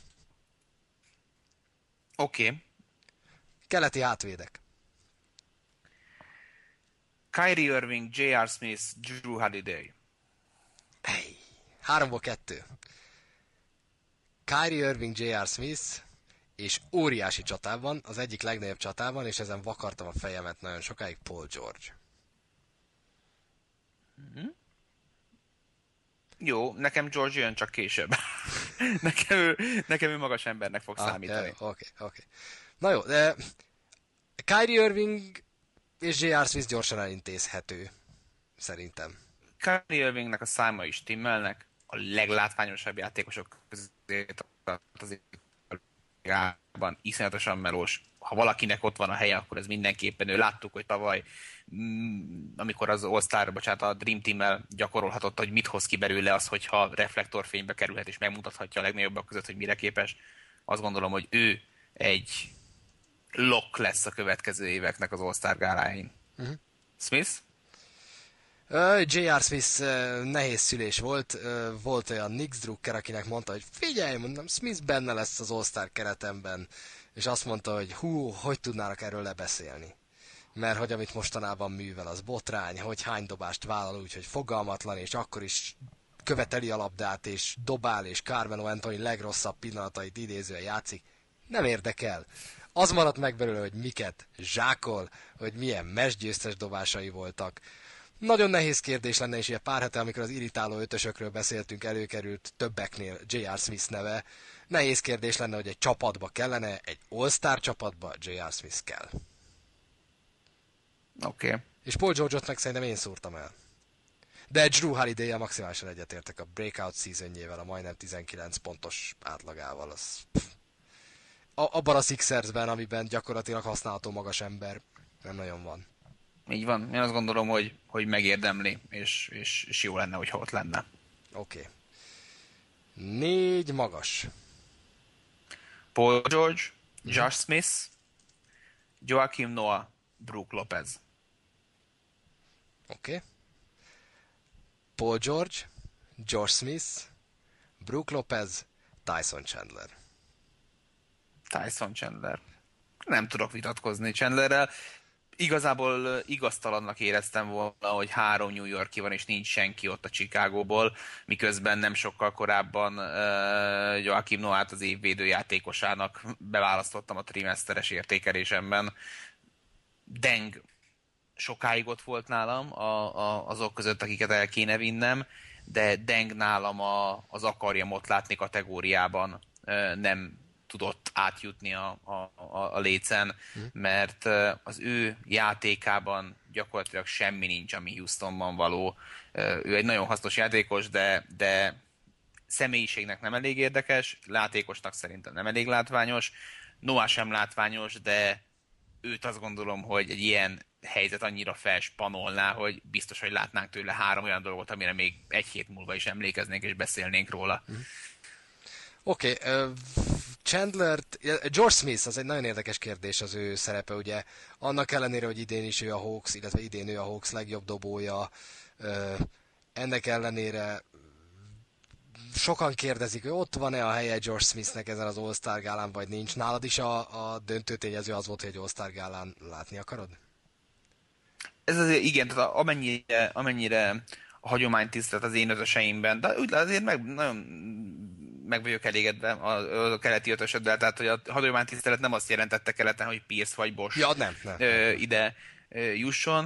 Oké. Okay. Keleti hátvédek. Kyrie Irving, jé er. Smith, Drew Holiday. Hey, háromból kettő. Kyrie Irving, jé er. Smith, és óriási csatában, az egyik legnagyobb csatában, és ezen vakartam a fejemet nagyon sokáig, Paul George. Mm-hmm. Jó, nekem George jön csak később. nekem, ő, nekem ő magas embernek fog ah, számítani. Oké, oké. Okay, okay. Na jó, de Kyrie Irving és jé er. Smith gyorsan elintézhető, szerintem. Kyrie Irvingnek a száma is timmelnek, a leglátványosabb játékosok közé az ligában, iszonyatosan melós. Ha valakinek ott van a helye, akkor ez mindenképpen ő. Láttuk, hogy tavaly, amikor az All-Star, bocsánat, a Dream Team-mel gyakorolhatott, hogy mit hoz ki belőle az, hogyha reflektorfénybe kerülhet, és megmutathatja a legnagyobbak között, hogy mire képes. Azt gondolom, hogy ő egy lock lesz a következő éveknek az All-Star gáláin. Uh-huh. Smith? Uh, jé er. Smith uh, nehéz szülés volt. Uh, volt olyan Nix Drucker, akinek mondta, hogy figyelj, mondom, Smith benne lesz az All-Star keretemben, és azt mondta, hogy hú, hogy tudnának erről lebeszélni. Mert hogy amit mostanában művel, az botrány, hogy hány dobást vállal úgy, hogy fogalmatlan, és akkor is követeli a labdát, és dobál, és Carmelo Anthony legrosszabb pillanatait idézően játszik. Nem érdekel. Az maradt meg belőle, hogy miket zsákol, hogy milyen meccsgyőztes dobásai voltak. Nagyon nehéz kérdés lenne, és ilyen pár hete, amikor az irritáló ötösökről beszéltünk, előkerült többeknél jé er. Smith neve. Nehéz kérdés lenne, hogy egy csapatba kellene, egy All-Star csapatba jé er. Smith kell. Oké. Okay. És Paul George-ot meg szerintem én szúrtam el. De Drew Holiday-jel maximálisan egyetértek a breakout seasonjével, a majdnem tizenkilenc pontos átlagával. Az... A, abban a Sixersben, amiben gyakorlatilag használható magas ember, nem nagyon van. Így van. Én azt gondolom, hogy, hogy megérdemli, és, és, és jó lenne, hogyha ott lenne. Oké. Okay. Négy magas. Paul George, Josh Smith, Joakim Noah, Brook Lopez. Oké. Okay. Paul George, Josh Smith, Brook Lopez, Tyson Chandler. Tyson Chandler. Nem tudok vitatkozni Chandlerrel. Igazából igaztalannak éreztem volna, hogy három New Yorki van, és nincs senki ott a Chicagóból, miközben nem sokkal korábban uh, Joakim Noah-t az év védőjátékosának beválasztottam a trimeszteres értékelésemben. Deng sokáig ott volt nálam a, a, azok között, akiket el kéne vinnem, de Deng nálam a, az akarjam ott látni kategóriában uh, nem tudott átjutni a, a, a, a lécen, mert az ő játékában gyakorlatilag semmi nincs, ami Houstonban való. Ő egy nagyon hasznos játékos, de, de személyiségnek nem elég érdekes, játékosnak szerintem nem elég látványos, Noah sem látványos, de őt azt gondolom, hogy egy ilyen helyzet annyira felspanolná, hogy biztos, hogy látnánk tőle három olyan dolgot, amire még egy hét múlva is emlékeznénk és beszélnénk róla. Mm. Oké, okay, uh, Chandler, George Smith, az egy nagyon érdekes kérdés az ő szerepe, ugye. Annak ellenére, hogy idén is ő a Hawks, illetve idén ő a Hawks legjobb dobója, uh, ennek ellenére sokan kérdezik, hogy ott van-e a helye George Smithnek ezen az All-Star gálán, vagy nincs. Nálad is a, a döntő tényező az volt, hogy egy All-Star gálán látni akarod? Ez azért igen, tehát amennyire, amennyire a hagyománytisztelet az én ötöseimben, de úgy azért meg, nagyon meg vagyok elégedve a, a keleti ötösöddel, tehát hogy a hagyománytisztelet nem azt jelentette keleten, hogy Pierce vagy Bosch ja, nem, nem, nem. Ö, ide ö, jusson.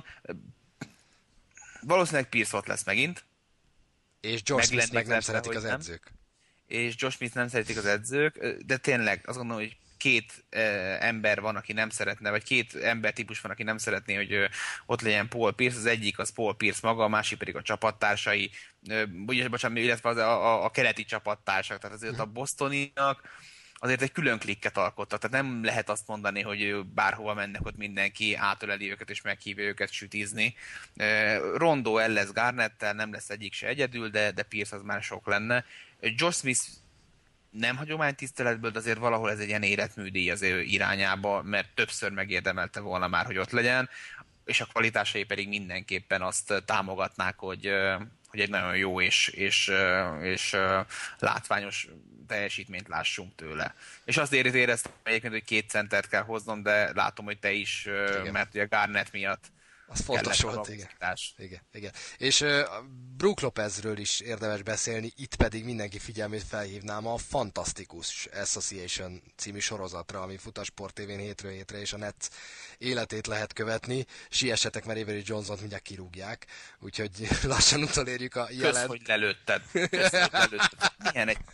Valószínűleg Pierce ott lesz megint. És George Smith meg nem szeretik az edzők. Nem. És Josh Smith nem szeretik az edzők, de tényleg azt gondolom, hogy két eh, ember van, aki nem szeretne, vagy két embertípus van, aki nem szeretné, hogy eh, ott legyen Paul Pierce. Az egyik az Paul Pierce maga, a másik pedig a csapattársai, eh, bocsánat, illetve az a, a, a keleti csapattársak. Tehát azért a bostoniak azért egy külön klikket alkottak. Tehát nem lehet azt mondani, hogy bárhova mennek, ott mindenki átöleli őket és meghívja őket sütizni. Eh, Rondo el lesz Garnettel, nem lesz egyik se egyedül, de, de Pierce az már sok lenne. Josh Smith nem hagyománytiszteletből, de azért valahol ez egy ilyen életműdíj az ő irányába, mert többször megérdemelte volna már, hogy ott legyen, és a kvalitásai pedig mindenképpen azt támogatnák, hogy, hogy egy nagyon jó és, és, és látványos teljesítményt lássunk tőle. És azért éreztem egyébként, hogy két centert kell hoznom, de látom, hogy te is, igen. Mert ugye Garnett miatt az fontos volt, igen. igen. igen. És uh, Brook Lopezről is érdemes beszélni, itt pedig mindenki figyelmét felhívnám a fantasztikus Association című sorozatra, ami fut a Sport té vén hétről hétre, és a Nets életét lehet követni. Siessetek, mert Avery Johnson-t mindjárt kirúgják, úgyhogy lassan utolérjük a jelent. Kösz, hogy lelőtted. Kösz, hogy lelőtted. Milyen egy...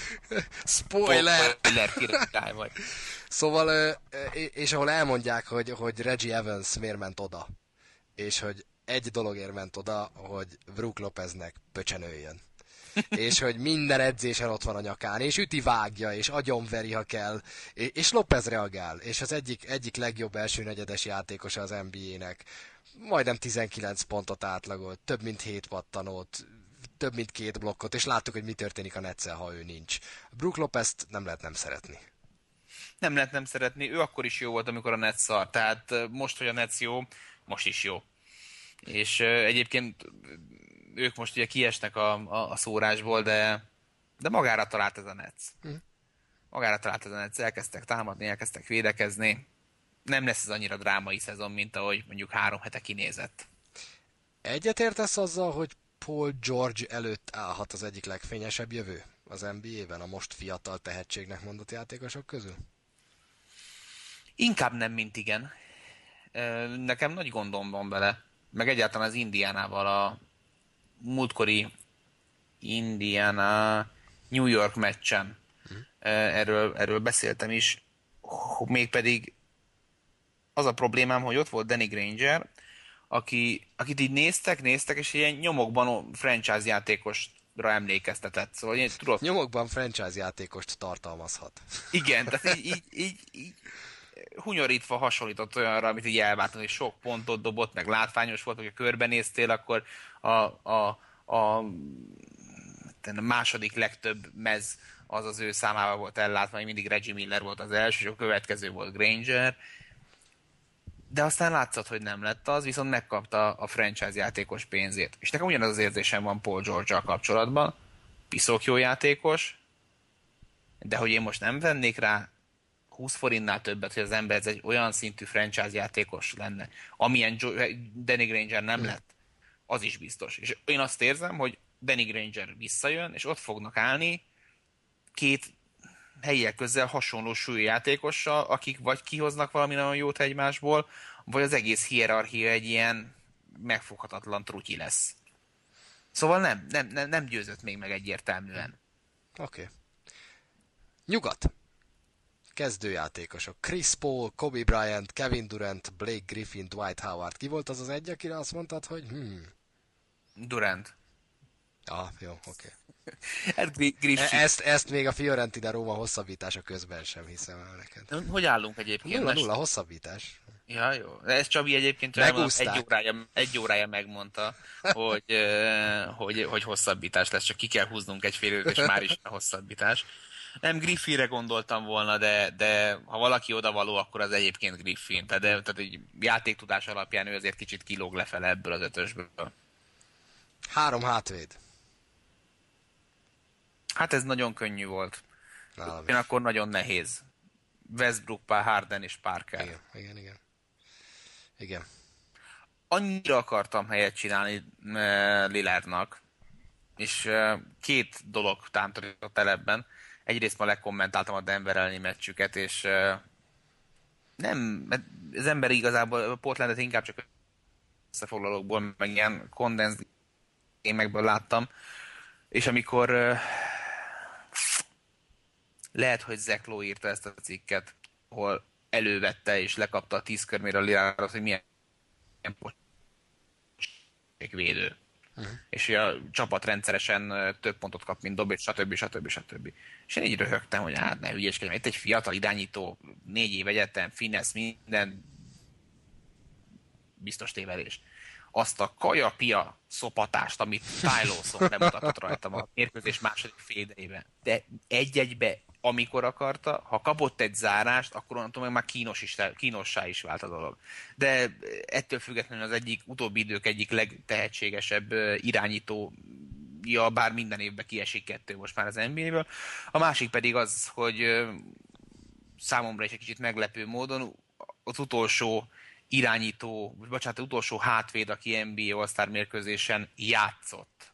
Spoiler! Spoiler, király vagy. Szóval, és ahol elmondják, hogy, hogy Reggie Evans miért ment oda, és hogy egy dologért ment oda, hogy Brook Lopeznek pöcsenőjön. És hogy minden edzésen ott van a nyakán, és üti vágja, és agyonveri, ha kell, és Lopez reagál, és az egyik, egyik legjobb első negyedes játékos az en bé á-nek. Majdnem tizenkilenc pontot átlagolt, több mint hét pattanót, több mint két blokkot, és láttuk, hogy mi történik a Netszel, ha ő nincs. Brook Lopezt nem lehet nem szeretni. Nem lehet nem szeretni, ő akkor is jó volt, amikor a Nets szar, tehát most, hogy a Nets jó, most is jó. És uh, egyébként ők most ugye kiesnek a, a, a szórásból, de, de magára talált ez a Nets. Mm. Magára talált ez a Nets, elkezdtek támadni, elkezdtek védekezni. Nem lesz ez annyira drámai szezon, mint ahogy mondjuk három hete kinézett. Egyetértesz azzal, hogy Paul George előtt állhat az egyik legfényesebb jövő az en bé á-ben, a most fiatal tehetségnek mondott játékosok közül? Inkább nem, mint igen. Nekem nagy gondom van vele. Meg egyáltalán az Indiánával a múltkori Indiana New York meccsen. Hm. Erről, erről beszéltem is. Mégpedig az a problémám, hogy ott volt Danny Granger, aki, akit így néztek, néztek, és ilyen nyomokban franchise játékosra emlékeztetett. Szóval én tudod... Nyomokban franchise játékost tartalmazhat. Igen, tehát így, így, így, így hunyorítva hasonlított olyanra, amit így elváltott, hogy sok pontot dobott, meg látványos volt, hogyha körbenéztél, akkor a, a, a a második legtöbb mez az az ő számával volt ellátva, még mindig Reggie Miller volt az első, és a következő volt Granger. De aztán látszott, hogy nem lett az, viszont megkapta a franchise játékos pénzét. És nekem ugyanaz az érzésem van Paul George-al kapcsolatban. Piszok jó játékos, de hogy én most nem vennék rá húsz forintnál többet, hogy az ember ez egy olyan szintű franchise játékos lenne, amilyen jo- Danny Granger nem lett, az is biztos. És én azt érzem, hogy Danny Granger visszajön, és ott fognak állni két helyiek közel hasonló súlyú játékossal, akik vagy kihoznak valami nagyon jót egymásból, vagy az egész hierarchia egy ilyen megfoghatatlan trutyi lesz. Szóval nem, nem, nem, nem győzött még meg egyértelműen. Oké. Okay. Nyugat. Kezdőjátékosok. Chris Paul, Kobe Bryant, Kevin Durant, Blake Griffin, Dwight Howard. Ki volt az az egy, akire azt mondtad, hogy hmm. Durant. Ah, jó, oké. Okay. Hát Griffin. Ezt, ezt még a Fiorentina Róma hosszabbítása közben sem hiszem el neked. Hogy állunk egyébként? nulla nulla hosszabbítás. Ja, jó. De ez Csabi egyébként egy órája, egy órája megmondta, hogy, hogy, hogy hosszabbítás lesz, csak ki kell húznunk egy fél időt, és már is a hosszabbítás. Nem Griffinre gondoltam volna, de, de ha valaki odavaló, akkor az egyébként Griffin. Tehát, de, tehát egy játéktudás alapján ő azért kicsit kilóg lefele ebből az ötösből. Három hátvéd. Hát ez nagyon könnyű volt. Nálam Én akkor nagyon nehéz. Westbrook, Harden és Parker. Igen, igen, igen. Igen. Annyira akartam helyet csinálni Lillardnak, és két dolog tántorított el ebben. Egyrészt ma lekommentáltam a Denver elleni meccsüket, és nem, az ember igazából Portlandet inkább csak összefoglalókból, meg ilyen condensed gémekből láttam, és amikor lehet, hogy Zach Lowe írta ezt a cikket, ahol elővette és lekapta a tíz körméről a Lillardot, hogy milyen védő. Uh-huh. És hogy a csapat rendszeresen több pontot kap, mint dob, és stb. stb. stb. És én így röhögtem, hogy hát ne hülyeskedjem, itt egy fiatal irányító, négy év egyetem, finesz, minden biztos tévedés. Azt a kaja-pia szopatást, amit Ty Lawson bemutatott rajtam a mérkőzés második fél idejében. De egy-egybe, amikor akarta, ha kapott egy zárást, akkor onnantól meg már kínos is, kínossá is vált a dolog. De ettől függetlenül az egyik utóbbi idők egyik legtehetségesebb irányítója, bár minden évben kiesik kettő most már az en bé á-ből. A másik pedig az, hogy számomra is egy kicsit meglepő módon az utolsó irányító, vagy bocsánat, az utolsó hátvéd, aki en bé á All-Star mérkőzésen játszott,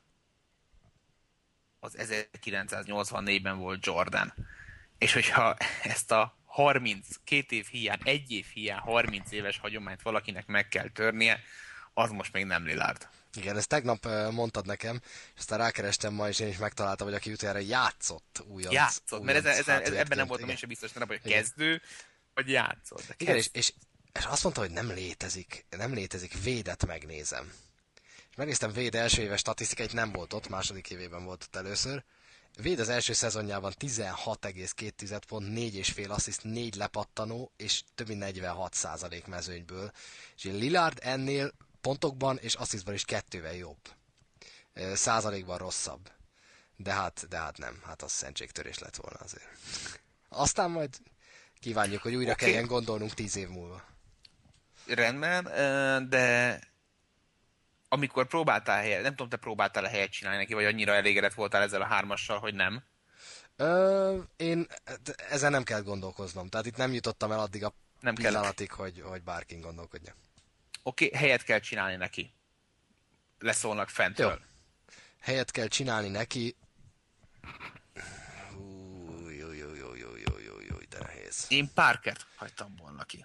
az ezerkilencszáznyolcvannégyben volt Jordan. És hogyha ezt a harminckét év hiány, egy év hiány, harminc éves hagyományt valakinek meg kell törnie, az most még nem Lillard. Igen, ezt tegnap mondtad nekem, és aztán rákerestem ma, és én is megtaláltam, hogy aki utoljára játszott újonc. Játszott, mert ezen, ezen, ezen, ebben nem voltam én sem biztos, nem, hogy kezdő, vagy játszott. Kezd... Igen, és, és, és azt mondta, hogy nem létezik, nem létezik, Védet megnézem. És megnéztem Véd első éves statisztikáit, nem volt ott, második évében volt ott először. Véd az első szezonjában tizenhat egész két pont, négy és fél assziszt, négy lepattanó, és több mint negyvenhat százalék mezőnyből. És Lillard ennél pontokban és asszisztban is kettővel jobb. Százalékban rosszabb. De hát, de hát nem, hát az szentségtörés lett volna azért. Aztán majd kívánjuk, hogy újra okay. kelljen gondolnunk tíz év múlva. Rendben, de amikor próbáltál helyet, nem tudom, te próbáltál a helyet csinálni neki, vagy annyira elégedett voltál ezzel a hármassal, hogy nem? Ö, én ezen nem kell gondolkoznom. Tehát itt nem jutottam el addig a nem pillanatig, hogy, hogy bárkin gondolkodja. Oké, okay, helyet kell csinálni neki. Leszólnak fentről. Jó. Helyet kell csinálni neki. Új, új, új, új, új, új, új, új, de nehéz. Én Parkert hagytam volna ki.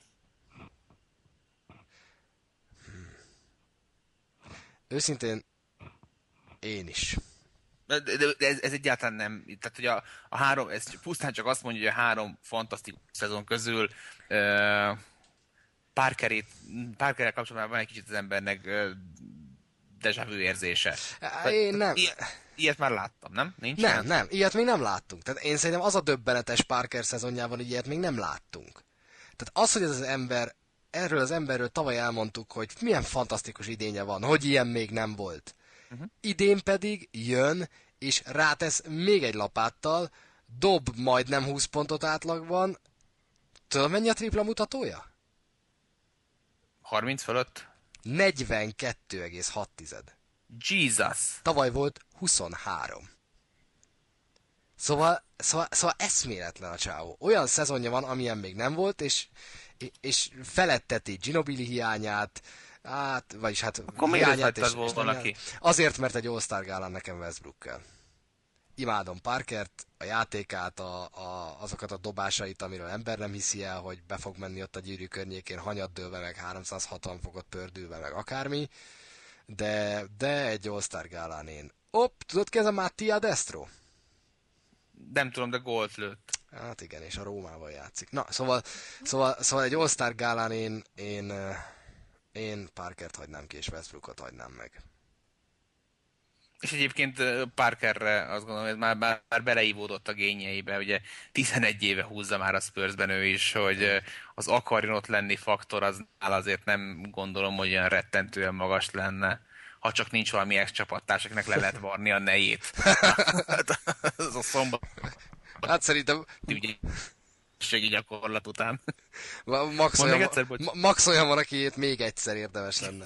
Őszintén én is. De, de, de ez, ez egyáltalán nem, tehát hogy a, a három, ez pusztán csak azt mondja, hogy a három fantasztikus szezon közül uh, Parkerét, Parkerrel kapcsolatban van egy kicsit az embernek uh, déjà vu érzése. Én nem. Ilyet, ilyet már láttam, nem? Nincs nem, ilyen? nem, ilyet még nem láttunk. Tehát én szerintem az a döbbenetes Parker szezonjában, hogy ilyet még nem láttunk. Tehát az, hogy ez az ember, erről az emberről tavaly elmondtuk, hogy milyen fantasztikus idénye van, hogy ilyen még nem volt. Uh-huh. Idén pedig jön, és rátesz még egy lapáttal, dob majdnem húsz pontot átlagban. Tudod, mennyi a tripla mutatója? harminc fölött? negyvenkettő egész hat. Jesus! Tavaly volt huszonhárom. Szóval, szóval, szóval eszméletlen a csávó. Olyan szezonja van, amilyen még nem volt, és, és feletteti Ginobili hiányát, hát, vagyis hát Akkor hiányát, és, és volna ki? Azért, mert egy All-Star gálán nekem Westbrook kell. Imádom Parkert, a játékát, a, a, azokat a dobásait, amiről ember nem hiszi el, hogy be fog menni ott a gyűrű környékén, hanyaddőlve, meg háromszázhatvan fokot pördülve, meg akármi, de, de egy All-Star gálán én. Hopp, tudod ki ez a Mattia Destro? Nem tudom, de gólt lőtt. Hát igen, és a Rómával játszik. Na, szóval, szóval, szóval egy All-Star gálán én, én, én Parkert hagynám ki, és Westbrookot hagynám meg. És egyébként Parkerre azt gondolom, hogy már, már, már beleívódott a gényeibe, ugye tizenegy éve húzza már a Spursben ő is, hogy az akarjon ott lenni faktor, az azért nem gondolom, hogy olyan rettentően magas lenne, ha csak nincs valami ex-csapattárs, akinek le lehet varni a nejét. Az a szombat. Hát szerintem... Ügyészségi gyakorlat után. Max olyan, egyszer, max olyan van, akiét még egyszer érdemes lenne.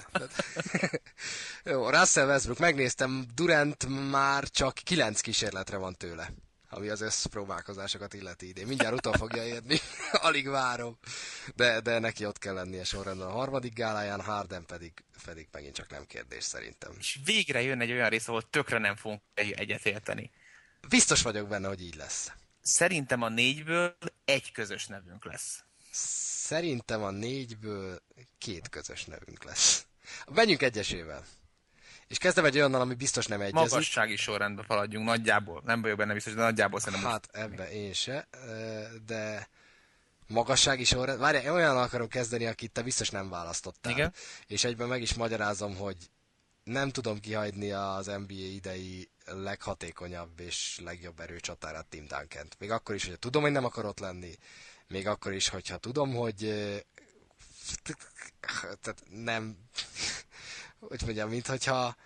Jó, Russell Westbrook, megnéztem, Durant már csak kilenc kísérletre van tőle, ami az összpróbálkozásokat illeti idén. Mindjárt utol fogja érni, alig várom. De, de neki ott kell lennie sorrendben a harmadik gáláján, Harden pedig, pedig megint csak nem kérdés szerintem. És végre jön egy olyan rész, ahol tökre nem fogunk egyetérteni. Biztos vagyok benne, hogy így lesz. Szerintem a négyből egy közös nevünk lesz. Szerintem a négyből két közös nevünk lesz. Menjünk egyesével. És kezdem egy olyannal, ami biztos nem egyezik. Magassági sorrendbe haladjunk, nagyjából. Nem vagyok benne biztos, de nagyjából szerintem... Hát ebbe én se, de magassági sorrend... Várjál, olyan akarom kezdeni, akit te biztos nem választottál. Igen? És egyben meg is magyarázom, hogy nem tudom kihagyni az en bé á idei leghatékonyabb és legjobb erőcsatárát Tim Duncant. Még akkor is, hogyha tudom, hogy nem akar ott lenni. Még akkor is, hogyha tudom, hogy tehát nem, hogy mondjam, mint hogyha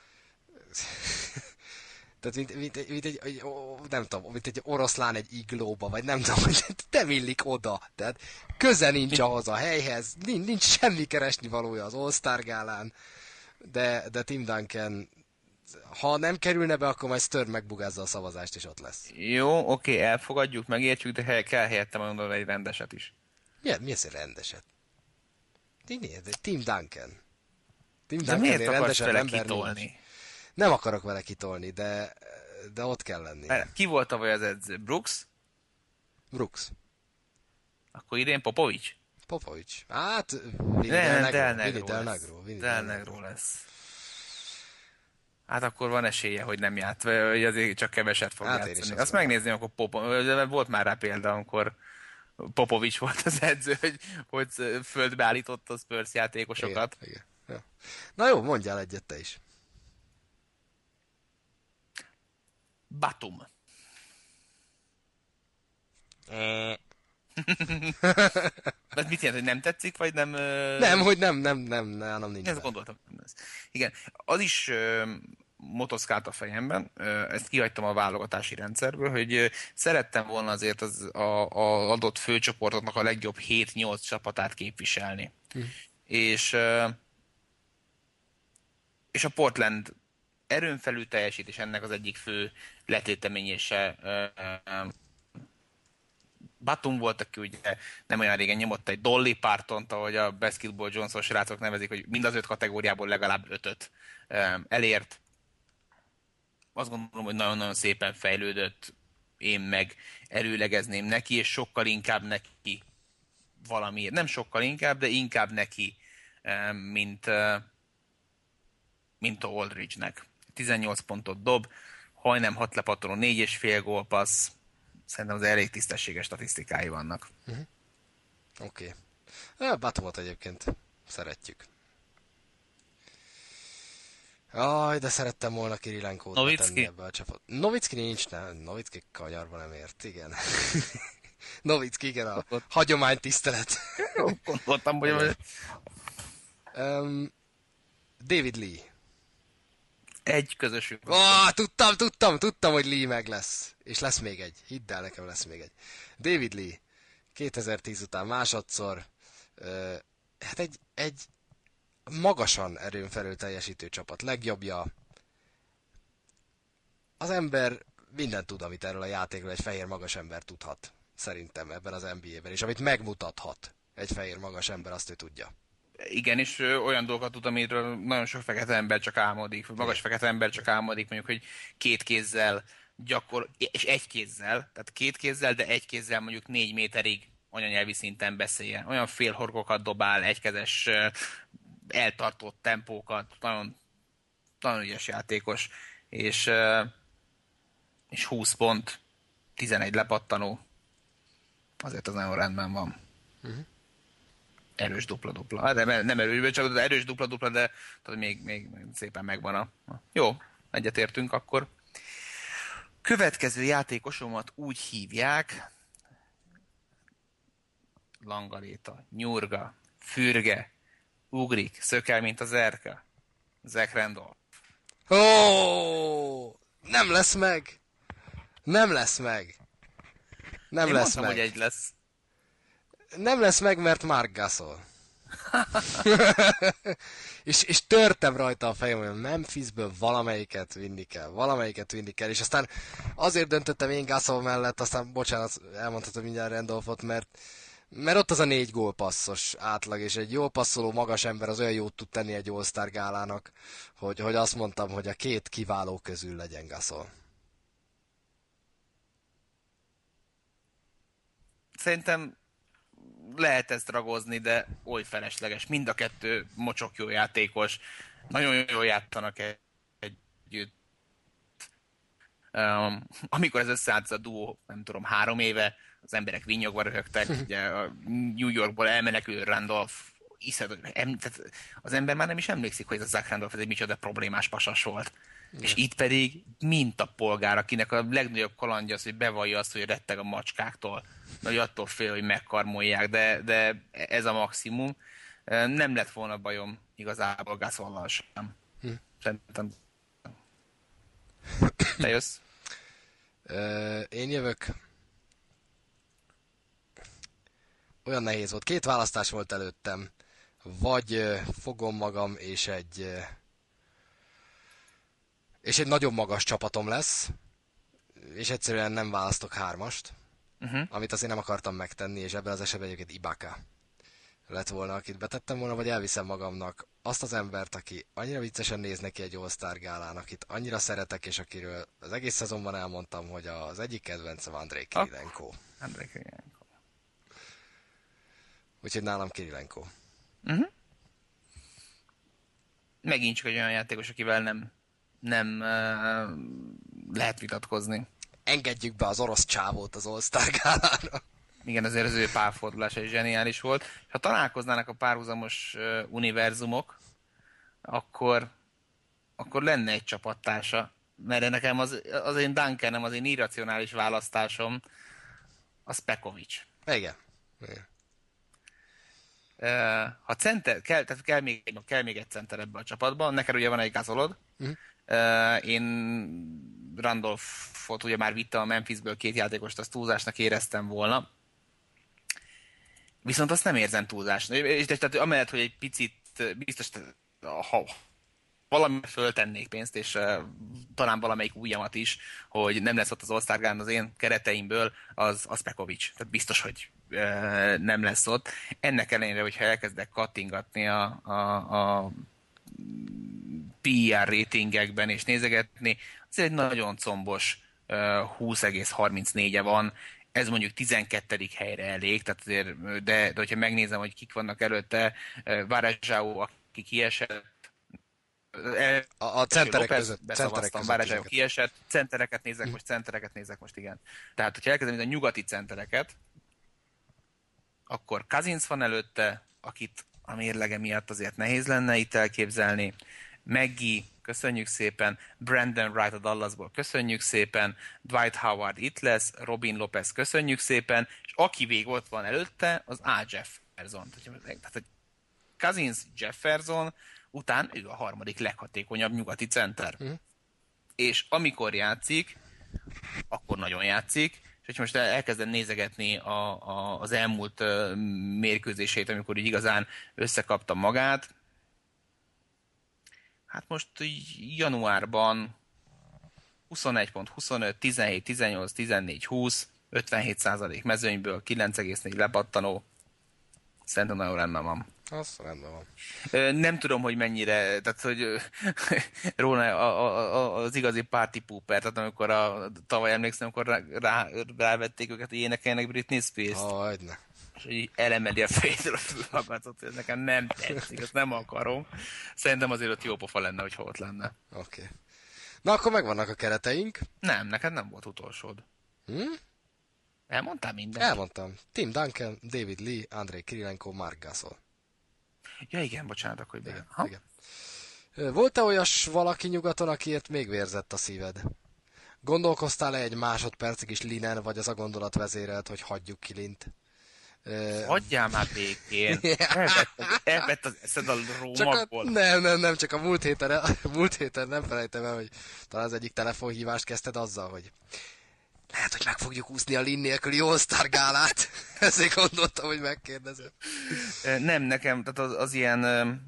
tehát mint, mint, mint egy, nem tudom, mint egy oroszlán egy iglóba, vagy nem tudom, hogy nem illik oda. Tehát köze nincs ahhoz a helyhez, nincs, nincs semmi keresni valója az All-Star gálán, de, de Tim Duncan, ha nem kerülne be, akkor majd Stern megbugázza a szavazást, és ott lesz. Jó, oké, elfogadjuk, megértjük, de hely, kell helyette mondani egy rendeset is. Mi, mi ez egy rendeset? Tim Duncan. Tim de miért akarsz vele ember kitolni? Nincs. Nem akarok vele kitolni, de, de ott kell lenni. Ki volt tavaly az edző? Brooks? Brooks. Akkor idén Popovics? Popovics. Hát, Vinny Del Negro. Del Negro. Del Negro lesz. Hát akkor van esélye, hogy nem ját, vagy azért csak keveset fog hát játszani. Azt megnézném, akkor Popo... volt már rá példa, amikor Popovics volt az edző, hogy, hogy földbe állította a Spurs játékosokat. Igen, igen. Ja. Na jó, mondjál egyet te is. Batum. Ez mit jelent, hogy nem tetszik, vagy nem... Nem, hogy nem, nem, nem, nem, nem nincs. Ezt gondoltam. Igen, az is uh, motoszkált a fejemben, uh, ezt kihagytam a válogatási rendszerből, hogy uh, szerettem volna azért az a, a adott főcsoportoknak a legjobb hét-nyolc csapatát képviselni. Hm. És, uh, és a Portland erőn felül teljesít, és ennek az egyik fő letéteményése uh, uh, Batum volt, aki ugye nem olyan régen nyomott egy Dolly Partont, ahogy a Basketball Jones-os srácok nevezik, hogy mind az öt kategóriából legalább ötöt um, elért. Azt gondolom, hogy nagyon-nagyon szépen fejlődött, én meg erőlegezném neki, és sokkal inkább neki valamiért. Nem sokkal inkább, de inkább neki, um, mint, uh, mint a Aldridge-nek. tizennyolc pontot dob, hajnám hat lepatoló, négy és fél gólpassz. Szerintem az elég tisztességes statisztikái vannak. Uh-huh. Oké. Okay. Batumot egyébként szeretjük. Aj, de szerettem volna Kirilenkót betenni ebbe a csapat. Novicki nincs, nem. Novicki kanyarba nem ért, igen. Novicki, igen, a hagyomány tisztelet. Gondoltam, hogy... um, David Lee. Egy közösünk. Ó, oh, tudtam, tudtam, tudtam, hogy Lee meg lesz. És lesz még egy. Hidd el, nekem lesz még egy. David Lee. kétezer-tíz után másodszor. Uh, hát egy, egy magasan erőn felül teljesítő csapat. Legjobbja. Az ember mindent tud, amit erről a játékról egy fehér magas ember tudhat. Szerintem ebben az en bé á-ben. És amit megmutathat egy fehér magas ember, azt ő tudja. Igen, és ö, olyan dolgokat tud, amiről nagyon sok fekete ember csak álmodik, vagy magas fekete ember csak álmodik, mondjuk, hogy két kézzel gyakor... és egy kézzel, tehát két kézzel, de egy kézzel mondjuk négy méterig anyanyelvi szinten beszéljen. Olyan félhorgokat dobál, egykezes ö, eltartott tempókat, nagyon, nagyon ügyes játékos, és, ö, és húsz pont, tizenegy lepattanó, azért az nagyon rendben van. Uh-huh. Erős dupla-dupla. Nem, nem erős, csak erős dupla-dupla, de tudod, még, még szépen megvan a... Jó, egyetértünk akkor. Következő játékosomat úgy hívják, Langaléta, nyurga, fürge, ugrik, szökel, mint az erka. Zach Randolph. Ó, oh, nem lesz meg! Nem lesz meg! Nem Én lesz mondtam, meg. hogy egy lesz. Nem lesz meg, mert Mark Gasol. és, és törtem rajta a fejem, hogy Memphisből valamelyiket vinni kell, valamelyiket vinni kell, és aztán azért döntöttem én Gasol mellett, aztán bocsánat, elmondhatom mindjárt Randolphot, mert, mert ott az a négy gólpasszos átlag, és egy jól passzoló magas ember az olyan jót tud tenni egy All-Star gálának, hogy, hogy azt mondtam, hogy a két kiváló közül legyen Gasol. Szerintem lehet ezt ragozni, de oly felesleges. Mind a kettő mocsok jó játékos. Nagyon jól játszanak együtt. Um, amikor ez összeállt ez a duó, nem tudom, három éve, az emberek vinnyogva röhögtek, ugye a New Yorkból elmenekülő Randolph, iszed, tehát az ember már nem is emlékszik, hogy ez a Zach Randolph ez egy micsoda problémás pasas volt. Igen. És itt pedig mintapolgár, akinek a legnagyobb kalandja az, hogy bevallja azt, hogy retteg a macskáktól, vagy attól fél, hogy megkarmolják, de, de ez a maximum. Nem lett volna bajom igazából Gasollal sem. Hm. Szerintem. Te jössz? Én jövök. Olyan nehéz volt. Két választás volt előttem. Vagy fogom magam, és egy és egy nagyon magas csapatom lesz, és egyszerűen nem választok hármast, uh-huh. amit azért nem akartam megtenni, és ebben az esetben egyébként Ibaka lett volna, akit betettem volna, vagy elviszem magamnak azt az embert, aki annyira viccesen néz neki egy All-Star gálán, akit annyira szeretek, és akiről az egész szezonban elmondtam, hogy az egyik kedvencem Andrei Kirilenko. Andrei Kirilenko. Úgyhogy nálam Kirilenko. Uh-huh. Megint csak egy olyan játékos, akivel nem, nem uh, lehet vitatkozni. Engedjük be az orosz csávót az All-Star gálára. Igen, azért az ő párfordulása is zseniális volt. Ha találkoznának a párhuzamos uh, univerzumok, akkor, akkor lenne egy csapattársa. Mert nekem az, az én Duncanem, az én irracionális választásom, az Pekovic. Igen. Igen. Uh, ha center, kell, tehát kell még, kell még egy center ebbe a csapatban, neked ugye van egy Gasolod. Uh-huh. Uh, én Randolphot ugye már vittem a Memphisből két játékost, azt túlzásnak éreztem volna. Viszont azt nem érzem túlzásnak. És tehát amellett, hogy egy picit biztos, ha valami föltennék pénzt, és uh, talán valamelyik ujjamat is, hogy nem lesz ott az All-Star Gálán az én kereteimből, az, az Pekovic. Tehát biztos, hogy uh, nem lesz ott. Ennek ellenére, hogyha elkezdek kattingatni a, a, a pé er ratingekben és nézegetni, az egy nagyon combos uh, húsz egész harmincnégye van. Ez mondjuk tizenkettedik helyre elég, tehát azért, de, de hogyha megnézem, hogy kik vannak előtte, uh, Varejao, aki kiesett, a, a centerek között. Beszavaztam, Varejao kiesett, centereket nézek hm. most, centereket nézek most, igen. Tehát, hogyha elkezdem a nyugati centereket, akkor Cousins van előtte, akit a mérlege miatt azért nehéz lenne itt elképzelni. Maggie, köszönjük szépen, Brandon Wright a Dallasból, köszönjük szépen, Dwight Howard itt lesz, Robin Lopez, köszönjük szépen, és aki még ott van előtte, az A. Jefferson. Tehát, Cousins, Jefferson után ő a harmadik leghatékonyabb nyugati center. Mm. És amikor játszik, akkor nagyon játszik, és hogyha most elkezdem nézegetni a, a, az elmúlt uh, mérkőzését, amikor így igazán összekapta magát, hát most januárban huszonegy pont huszonöt, tizenhét, tizennyolc, tizennégy, húsz, ötvenhét százalék mezőnyből, kilenc egész négy lepattanó. Szerintem nagyon rendben van. Az rendben van. Nem tudom, hogy mennyire, tehát hogy róla a, a, a, az igazi party pooper, tehát amikor a, tavaly emlékszem, amikor rá, rávették őket, hogy énekelnek Britney Spears-t. Hagyne. És így elemeli a fejétől a fülhallgatót, hogy ez nekem nem tetszik, ezt nem akarom. Szerintem azért ott jó pofa lenne, hogy ott lenne. Oké. Okay. Na akkor megvannak a kereteink. Nem, neked nem volt utolsód. Hm? Elmondtál mindent? Elmondtam. Tim Duncan, David Lee, Andrei Kirilenko, Mark Gasol. Ja igen, bocsánat, akkor igen, igen. Volt-e olyas valaki nyugaton, akiért még vérzett a szíved? Gondolkoztál-e egy másodpercig is Linen, vagy az a gondolat vezérelt, hogy hagyjuk ki Lint? Hagyjál már békén. Elvett, elvett az eszed a rómakból. A, nem, nem, nem, csak a múlt héten, a múlt héten nem felejtem el, hogy talán az egyik telefonhívást kezdted azzal, hogy lehet, hogy meg fogjuk úszni a Lin nélküli All-Star gálát. Ezért gondoltam, hogy megkérdezem. Nem, nekem, tehát az, az ilyen...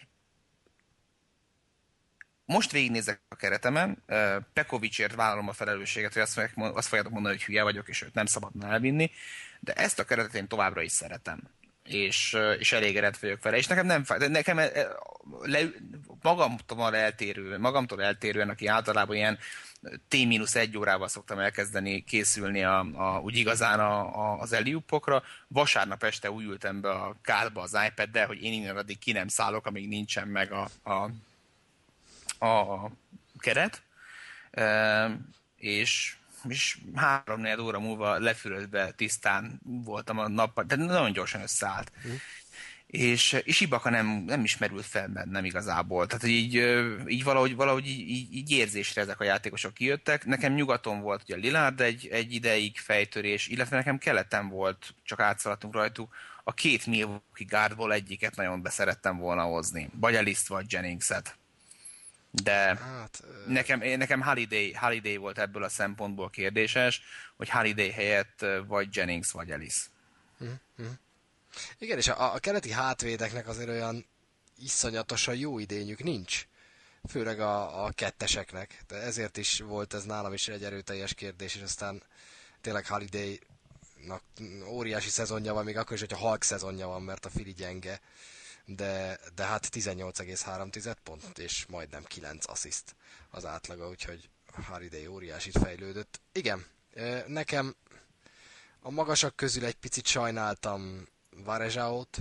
Most végignézek a keretemen, Pekovicsért vállalom a felelősséget, hogy azt fogják, azt fogjátok mondani, hogy hülye vagyok, és őt nem szabadna elvinni, de ezt a keretet én továbbra is szeretem. És, és elégedett vagyok vele. És nekem nem fáj, nekem le, magamtól eltérő, magamtól eltérően, aki általában ilyen T egy órával szoktam elkezdeni készülni a, a, úgy igazán a, a, az eliupokra. Vasárnap este úgy ültem be a kádba az iPad-del, hogy én innen addig ki nem szállok, amíg nincsen meg a, a, a keret. E, és és három-négy óra múlva lefürödve tisztán voltam a nappal, de nagyon gyorsan összeállt. Mm. És, és Ibaka nem, nem ismerült fel bennem igazából. Tehát így, így valahogy, valahogy így, így érzésre ezek a játékosok kijöttek. Nekem nyugaton volt ugye Lillard egy, egy ideig fejtörés, illetve nekem keleten volt, csak átszaladtunk rajtuk. A két Milwaukee guardból egyiket nagyon beszerettem volna hozni. Vagy Ellis-t, vagy Jennings-et. De hát, nekem, nekem Holiday, Holiday volt ebből a szempontból kérdéses, hogy Holiday helyett vagy Jennings, vagy Ellis. Mm-hmm. Igen, és a, a keleti hátvédeknek azért olyan iszonyatosan jó idényük nincs. Főleg a, a ketteseknek. De ezért is volt ez nálam is egy erőteljes kérdés, és aztán tényleg Holiday-nak óriási szezonja van, még akkor is, hogyha halk szezonja van, mert a Fili gyenge. De, de hát tizennyolc egész három pont, és majdnem kilenc assziszt az átlaga, úgyhogy Holiday óriásit fejlődött. Igen, nekem a magasak közül egy picit sajnáltam Varezsáót,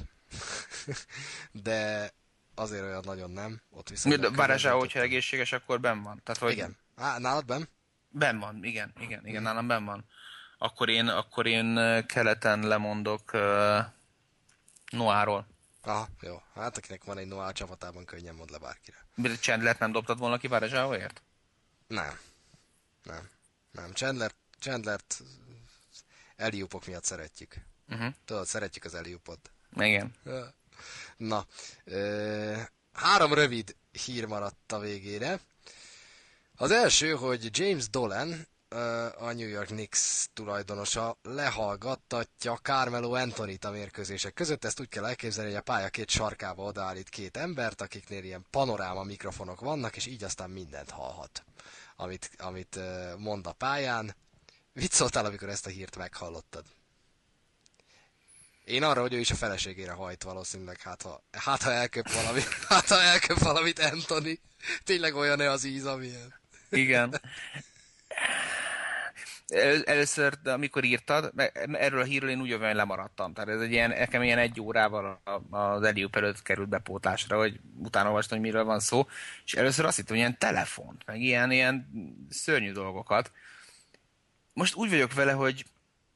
de azért olyan nagyon nem. Ott viszont Varezsáó, hogyha egészséges, akkor benn van. Tehát, hogy... Igen. Á, nálad benn? Benn van, igen, igen, igen, nálam benn van. Akkor én, akkor én keleten lemondok uh, Noáról. Aha, jó. Hát akinek van egy Noah csapatában, könnyen mond le bárkire. Chandlert nem dobtad volna ki Varezsáóért? Nem. Nem. Nem. Chandler, Chandlert eliupok miatt szeretjük. Uh-huh. Tudod, szeretjük az eliupot. Igen. Na. Ö, három rövid hír maradt a végére. Az első, hogy James Dolan, a New York Knicks tulajdonosa lehallgattatja Carmelo Anthonyt a mérkőzések között. Ezt úgy kell elképzelni, hogy a pálya két sarkába odaállít két embert, akiknél ilyen panoráma mikrofonok vannak, és így aztán mindent hallhat, amit, amit mond a pályán. Mit szóltál, amikor ezt a hírt meghallottad? Én arra, hogy ő is a feleségére hajt valószínűleg, hát ha, hát, ha elköp valamit, hát ha elköp valamit Anthony. Tényleg olyan-e az íz, amilyen? Igen. Először, amikor írtad, erről a hírről én úgy jövően lemaradtam. Tehát ez egy ilyen, nekem ilyen egy órával az Eliup előtt került bepótlásra, hogy utána olvastam, hogy miről van szó, és először azt hittem, hogy ilyen telefont, meg ilyen, ilyen szörnyű dolgokat. Most úgy vagyok vele, hogy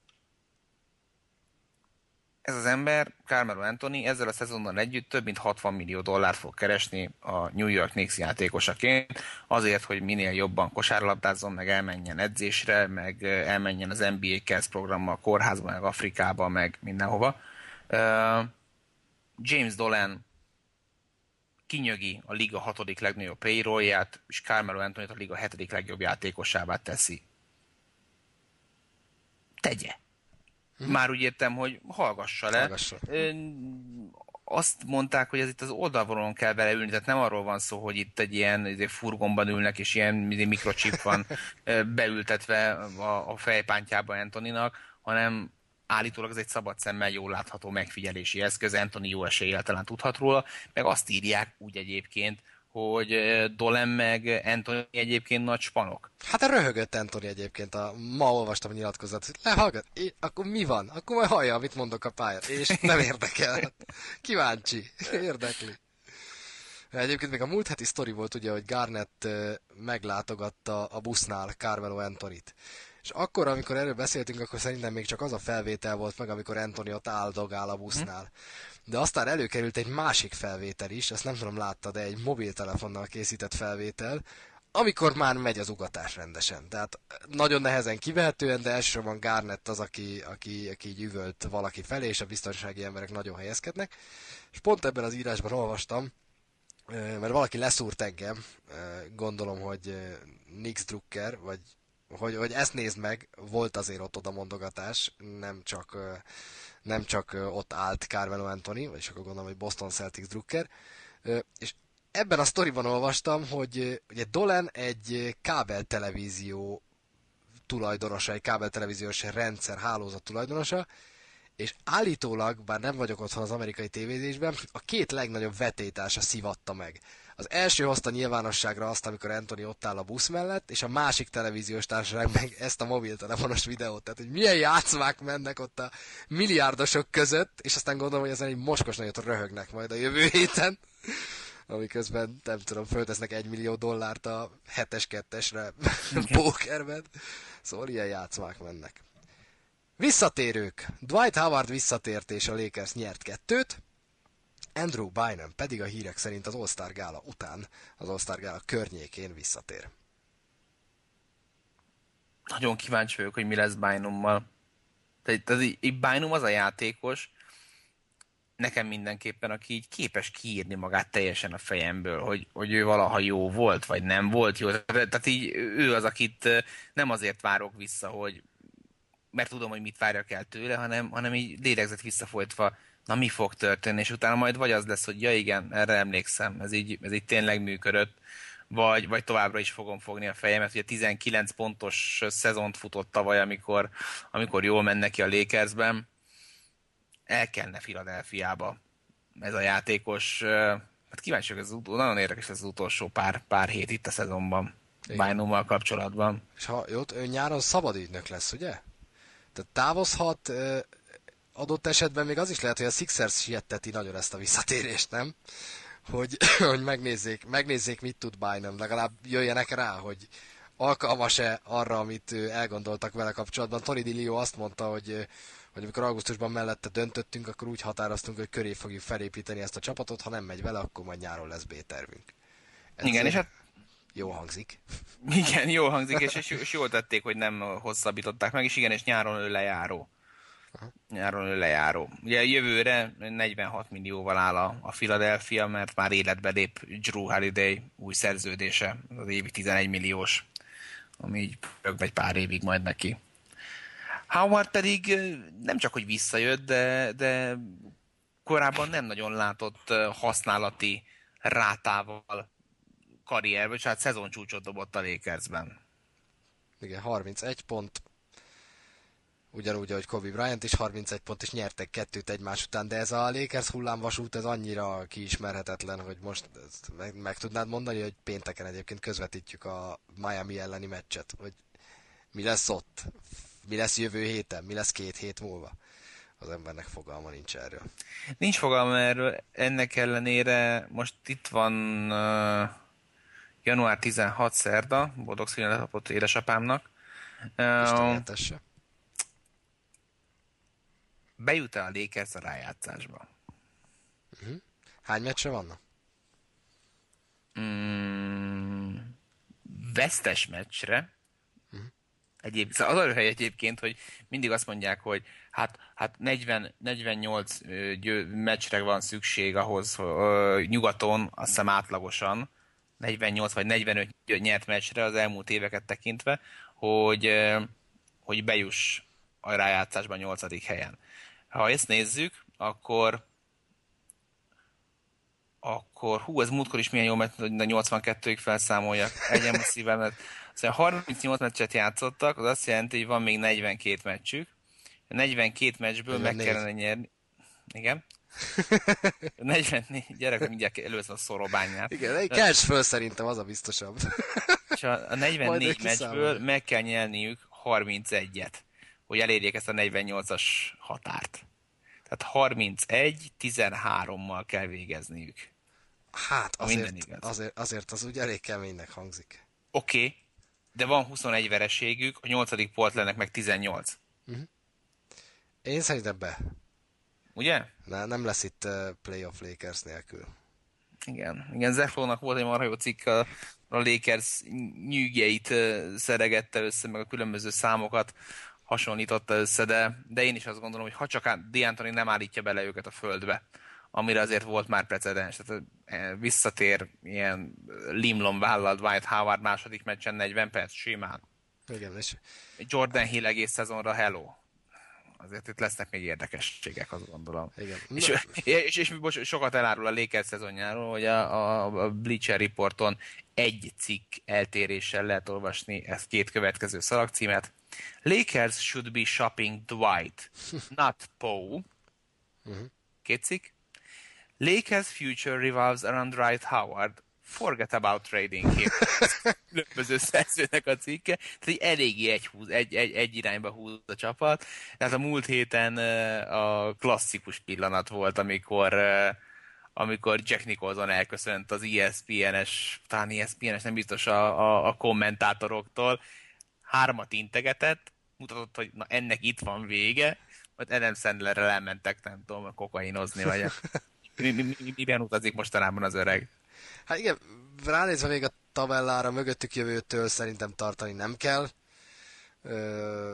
ez az ember, Carmelo Anthony, ezzel a szezonnal együtt több mint hatvan millió dollárt fog keresni a New York Knicks játékosaként, azért, hogy minél jobban kosárlabdázzon, meg elmenjen edzésre, meg elmenjen az en bé á kezd programmal, kórházba, meg Afrikába, meg mindenhova. Uh, James Dolan kinyögi a liga hatodik legnagyobb payroll-ját, és Carmelo Anthony-t a liga hetedik legjobb játékosává teszi. Tegye. Uh-huh. Már úgy értem, hogy hallgassa le. Hallgassa. Azt mondták, hogy ez itt az oldalvonalon kell vele ülni, tehát nem arról van szó, hogy itt egy ilyen furgonban ülnek, és ilyen mikrochip van beültetve a, a fejpántjába Anthonynak, hanem állítólag ez egy szabad szemmel jól látható megfigyelési eszköz, Anthony jó eséllyel talán tudhat róla, meg azt írják úgy egyébként, hogy Dolan meg Anthony egyébként nagy spanok. Hát röhögött Anthony egyébként, a, ma olvastam a nyilatkozatot, hogy lehallgat, é, akkor mi van? Akkor majd hallja, amit mondok a pályán, és nem érdekel. Kíváncsi, érdekli. Egyébként még a múlt heti sztori volt ugye, hogy Garnett meglátogatta a busznál Carmelo Anthonyt. És akkor, amikor erről beszéltünk, akkor szerintem még csak az a felvétel volt meg, amikor Anthony ott áldogál a busznál. De aztán előkerült egy másik felvétel is, ezt nem tudom látta, de egy mobiltelefonnal készített felvétel, amikor már megy az ugatás rendesen. Tehát nagyon nehezen kivehetően, de elsősorban Garnett az, aki, aki, aki így üvölt valaki felé, és a biztonsági emberek nagyon helyezkednek. És pont ebben az írásban olvastam, mert valaki leszúrt engem, gondolom, hogy Nix Drucker, vagy hogy, hogy ezt nézd meg, volt azért ott oda mondogatás, nem csak, nem csak ott állt Carmelo Anthony, vagyis akkor gondolom, hogy Boston Celtics Drucker, és ebben a sztoriban olvastam, hogy ugye Dolan egy kábeltelevízió tulajdonosa, egy kábeltelevíziós rendszer hálózat tulajdonosa, és állítólag, bár nem vagyok otthon az amerikai tévézésben, a két legnagyobb vetélytársa szivatta meg. Az első hozta nyilvánosságra azt, amikor Anthony ott áll a busz mellett, és a másik televíziós társaság meg ezt a mobiltelefonos videót. Tehát, hogy milyen játszmák mennek ott a milliárdosok között, és aztán gondolom, hogy ezen egy moskos nagyot röhögnek majd a jövő héten, amiközben, nem tudom, föltesznek egy millió dollárt a hetes kettesre pókerben. Szóval ilyen játszmák mennek. Visszatérők. Dwight Howard visszatért, és a Lakers nyert kettőt. Andrew Bynum pedig a hírek szerint az All-Star Gála után, az All-Star Gála környékén visszatér. Nagyon kíváncsi vagyok, hogy mi lesz Bynummal. Tehát így Bynum az a játékos, nekem mindenképpen, aki így képes kiírni magát teljesen a fejemből, hogy, hogy ő valaha jó volt, vagy nem volt jó. Tehát így ő az, akit nem azért várok vissza, hogy mert tudom, hogy mit várjak el tőle, hanem, hanem így lélegzett visszafolytva, na mi fog történni, és utána majd vagy az lesz, hogy ja igen, erre emlékszem, ez így, ez így tényleg működött, vagy, vagy továbbra is fogom fogni a fejemet. Ugye tizenkilenc pontos szezont futott tavaly, amikor, amikor jól menne ki a Lakersben. El kellene Philadelphiába ez a játékos. Hát kíváncsi vagyok, ez utó, nagyon érdekes ez az utolsó pár, pár hét itt a szezonban, Bynummal kapcsolatban. És ha jó, ő nyáron szabad ügynök lesz, ugye? Tehát távozhat, adott esetben még az is lehet, hogy a Sixers sietteti nagyon ezt a visszatérést, nem? Hogy, hogy megnézzék, megnézzék, mit tud Bynum, legalább jöjjenek rá, hogy alkalmas-e arra, amit elgondoltak vele kapcsolatban. Tony DiLio azt mondta, hogy, hogy amikor augusztusban mellette döntöttünk, akkor úgy határoztunk, hogy köré fogjuk felépíteni ezt a csapatot, ha nem megy vele, akkor majd nyáron lesz B-tervünk. Ez igen, és hát jó hangzik. Igen, jó hangzik, és, és, és jól tették, hogy nem hosszabbították meg, és igen, és nyáron ő lejáró. Aha. Nyáron ő lejáró. Ugye jövőre negyvenhat millióval áll a, a Philadelphia, mert már életbe lép Drew Holiday új szerződése, az évi tizenegy milliós, ami így egy pár évig majd neki. Howard pedig nem csak, hogy visszajött, de, de korábban nem nagyon látott használati rátával karrierben, és hát szezoncsúcsot dobott a Lakersben. Igen, harmincegy pont, ugyanúgy, ahogy Kobe Bryant is harmincegy pont, és nyertek kettőt egymás után, de ez a Lakers hullámvasút, ez annyira kiismerhetetlen, hogy most meg, meg tudnád mondani, hogy pénteken egyébként közvetítjük a Miami elleni meccset, hogy mi lesz ott, mi lesz jövő héten, mi lesz két hét múlva. Az embernek fogalma nincs erről. Nincs fogalma erről, ennek ellenére most itt van uh, január tizenhatodika szerda, boldog születésnapot édesapámnak. Uh, bejut-e a Lakers a rájátszásba? Uh-huh. Hány meccsre vannak? Mm, vesztes meccsre. Uh-huh. Egyéb, szóval az a hely egyébként, hogy mindig azt mondják, hogy hát, hát negyven, negyvennyolc győ, meccsre van szükség ahhoz, hogy nyugaton, azt hiszem átlagosan, negyvennyolc vagy negyvenöt nyert meccsre az elmúlt éveket tekintve, hogy, hogy bejuss a rájátszásban nyolcadik helyen. Ha ezt nézzük, akkor akkor hú, ez múltkor is milyen jó, mert a nyolcvankettőig felszámoljak. Egyen a szívemet. Szóval harmincnyolc meccset játszottak, az azt jelenti, hogy van még negyvenkét meccsük. A negyvenkét meccsből meg kellene nyerni. Igen? negyvennégy, gyerek, mindjárt először a szorobányát. Igen, kelts föl szerintem, az a biztosabb. És a negyvennégy meccsből meg kell nyerniük harmincegyet, hogy elérjék ezt a negyvennyolcas határt. Tehát harmincegy tizenhárommal kell végezniük. Hát azért, azért, azért az úgy elég keménynek hangzik. Oké, okay, de van huszonegy vereségük, a nyolcadik Portlandnek meg tizennyolc. Uh-huh. Én szerintem be. Ugye? Ne, nem lesz itt uh, playoff Lakers nélkül. Igen, igen, Zeflónak volt egy marha jó cikk, a, a Lakers nyűgjeit uh, szeregette össze, meg a különböző számokat hasonlította össze, de, de én is azt gondolom, hogy ha csak D'Antoni nem állítja bele őket a földbe, amire azért volt már precedens. Tehát visszatér ilyen limlom vállalt Dwight Howard második meccsen negyven perc, simán. Igen, és... Jordan Hill egész szezonra hello. Azért itt lesznek még érdekességek, azt gondolom. Igen. És, és, és, és bocs, sokat elárul a Lakers szezonjáról, hogy a, a, a Bleacher Reporton egy cikk eltéréssel lehet olvasni ezt két következő szalagcímet. Lakers should be shopping Dwight, not Poe. Uh-huh. Két cikk. Lakers future revolves around Dwight Howard. Forget about trading him. Különböző szerzőnek a cikke. Tehát eléggé egy, húz, egy, egy, egy irányba húz a csapat. Tehát a múlt héten a klasszikus pillanat volt, amikor, amikor Jack Nicholson elköszönt az E S P N-es, talán E S P N-es, nem biztos a, a, a kommentátoroktól. Hármat integetett, mutatott, hogy na ennek itt van vége, majd Adam Sandlerrel elmentek, nem tudom, kokainozni, vagy mi, mi, mi, miben utazik mostanában az öreg? Hát igen, ránézve még a tabellára mögöttük jövőtől szerintem tartani nem kell. Ö,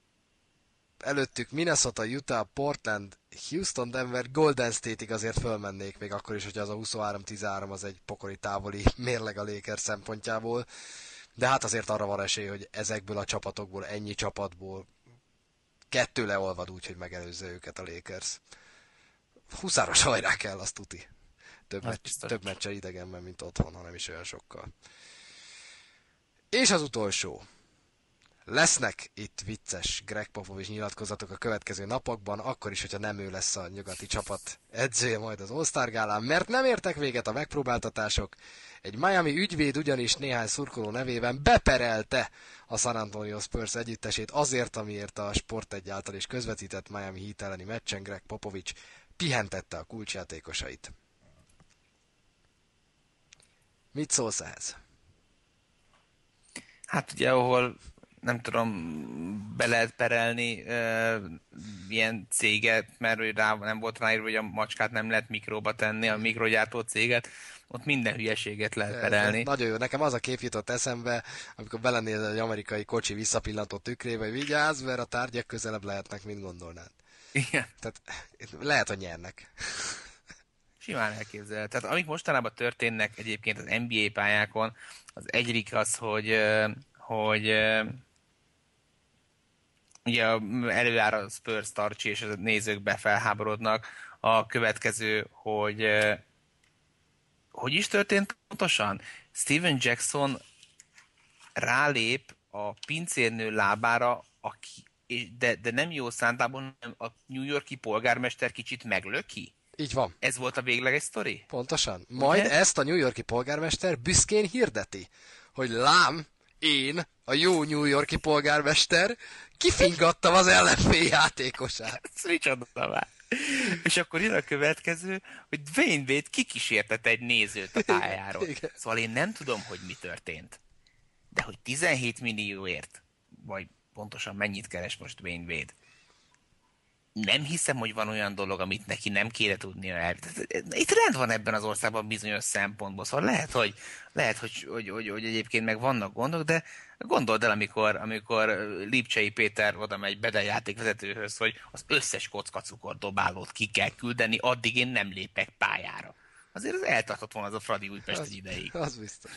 előttük Minnesota, Utah, Portland, Houston, Denver, Golden State-ig azért fölmennék, még akkor is, hogy az a huszonhárom tizenhárom az egy pokoli távoli mérleg a Lakers szempontjából. De hát azért arra van esély, hogy ezekből a csapatokból, ennyi csapatból kettő leolvad úgy, hogy megelőzze őket a Lakers. Huszáros hajrá kell, azt tuti. Több, meccs, több meccsel idegenben, mint otthon, hanem is olyan sokkal. És az utolsó. Lesznek itt vicces Greg Popovich nyilatkozatok a következő napokban, akkor is, hogyha nem ő lesz a nyugati csapat edzője majd az All-Star gálán, mert nem értek véget a megpróbáltatások. Egy Miami ügyvéd ugyanis néhány szurkoló nevében beperelte a San Antonio Spurs együttesét azért, amiért a Sport egy által is közvetített Miami Heat elleni meccsen Greg Popovich pihentette a kulcsjátékosait. Mit szólsz ehhez? Hát ugye, ahol nem tudom, be lehet perelni uh, ilyen céget, mert rá, nem volt ráírva, hogy a macskát nem lehet mikróba tenni, a mikrogyártó céget, ott minden hülyeséget lehet perelni. Nagyon jó, nekem az a kép jutott eszembe, amikor belenéz egy amerikai kocsi visszapillantó tükrébe, hogy vigyázz, mert a tárgyak közelebb lehetnek, mint gondolnád. Igen. Tehát lehet, hogy nyernek. Simán elképzelhet. Tehát amik mostanában történnek egyébként az N B A pályákon, az egyik az, hogy, hogy ugye előáll a Spurs tartsi, és a nézők befelháborodnak. A következő, hogy hogy is történt pontosan? Steven Jackson rálép a pincérnő lábára, aki, de, de nem jó szántából, hanem a New York-i polgármester kicsit meglöki? Így van. Ez volt a végleges sztori? Pontosan. Majd ugye? Ezt a New York-i polgármester büszkén hirdeti, hogy lám, én, a jó New York-i polgármester, kifingattam az ellenfél játékosát. Ez micsoda már. És akkor jön a következő, hogy Dwayne Wade kikísértett egy nézőt a pályáról. Igen, igen. Szóval én nem tudom, hogy mi történt. De hogy tizenhét millióért, vagy pontosan mennyit keres most Dwayne Wade? nem hiszem, hogy van olyan dolog, amit neki nem kéne tudnia. Itt rend van ebben az országban bizonyos szempontból, szóval lehet, hogy, lehet, hogy, hogy, hogy, hogy egyébként meg vannak gondok, de gondold el, amikor, amikor Lipcsei Péter oda megy Bede játékvezetőhöz, hogy az összes kockacukor dobálót ki kell küldeni, addig én nem lépek pályára. Azért az eltartott volna az a Fradi Újpest egy ideig. Az biztos.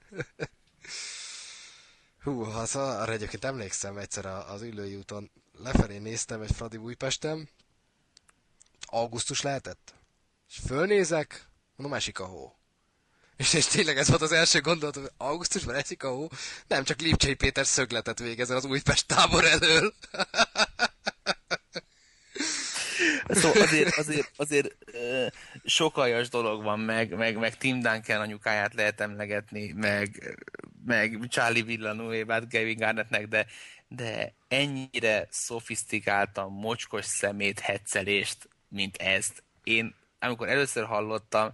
Hú, az arra egyébként emlékszem, egyszer az Üllői úton lefelé néztem egy Fradi Újpestem, augusztus lehetett, és fölnézek, mondom, esik a hó. És, és tényleg ez volt az első gondolatom, hogy augusztusban esik a hó, nem csak Lipcsei Péter szögletet végezen az Újpest tábor elől. Szóval azért, azért, azért uh, sok aljas dolog van, meg, meg, meg Tim Duncan anyukáját lehet emlegetni, meg, meg Charlie Villanuevát Gavin Garnettnek, de, de ennyire szofisztikáltan mocskos szemét heccelést, mint ezt. Én, amikor először hallottam,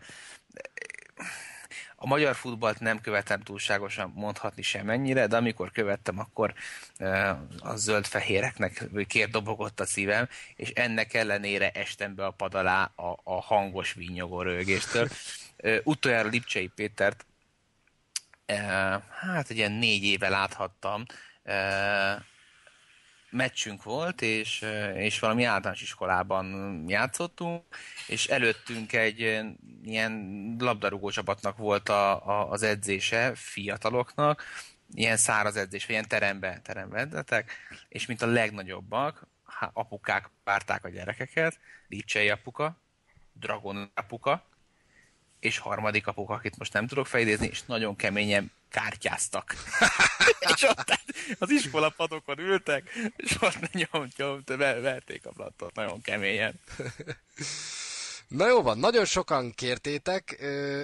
a magyar futballt nem követem túlságosan mondhatni semennyire, de amikor követtem, akkor a zöld-fehéreknek kérdobogott a szívem, és ennek ellenére estem be a pad alá a, a hangos vinnyogó röhögéstől. Utoljára Lipcsei Pétert hát egy ilyen négy éve láthattam, meccsünk volt, és, és valami általános iskolában játszottunk, és előttünk egy ilyen labdarúgó csapatnak volt a, a, az edzése, fiataloknak, ilyen száraz edzés, vagy ilyen terembe, terembe edzetek, és mint a legnagyobbak, apukák várták a gyerekeket, Lipcsei apuka, Dragon apuka, és harmadik apuka, akit most nem tudok felidézni, és nagyon keményen kártyáztak. És ott az iskolapadokon ültek, és ott nyomt, nyomt, verték a blattot nagyon keményen. Na jó van, nagyon sokan kértétek,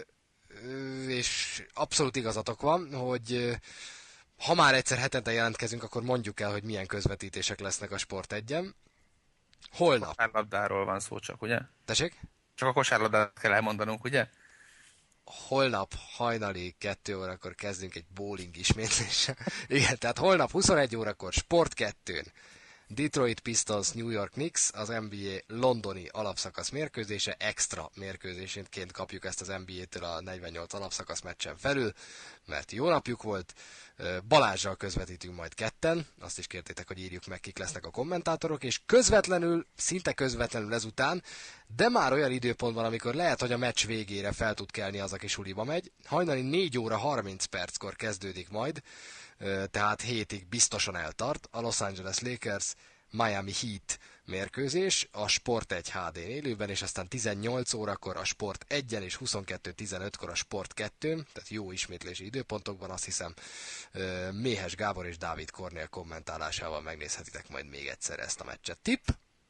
és abszolút igazatok van, hogy ha már egyszer hetente jelentkezünk, akkor mondjuk el, hogy milyen közvetítések lesznek a Sport egyen. Holnap. Kosárlabdáról van szó csak, ugye? Tessék? Csak a kosárlabdát kell elmondanunk, ugye? Holnap hajnali kettő órakor kezdünk egy bowling ismétléssel. Igen, tehát holnap huszonegy órakor Sport kettőn Detroit Pistons New York Knicks, az en bé á londoni alapszakasz mérkőzése, extra mérkőzésénként kapjuk ezt az en bé á-től a negyvennyolc alapszakasz meccsen felül, mert jó napjuk volt. Balázsral közvetítünk majd ketten, azt is kértétek, hogy írjuk meg, kik lesznek a kommentátorok, és közvetlenül, szinte közvetlenül ezután, de már olyan időpontban, amikor lehet, hogy a meccs végére fel tud kelni az, aki suliba megy, hajnali négy óra harminc perckor kezdődik majd, tehát hétig biztosan eltart a Los Angeles Lakers Miami Heat mérkőzés, a Sport egy há dén élőben, és aztán tizennyolc órakor a Sport egyen és huszonkettő tizenötkor a Sport kettőn, tehát jó ismétlési időpontokban, azt hiszem Méhes Gábor és Dávid Kornél kommentálásával megnézhetitek majd még egyszer ezt a meccset. Tipp?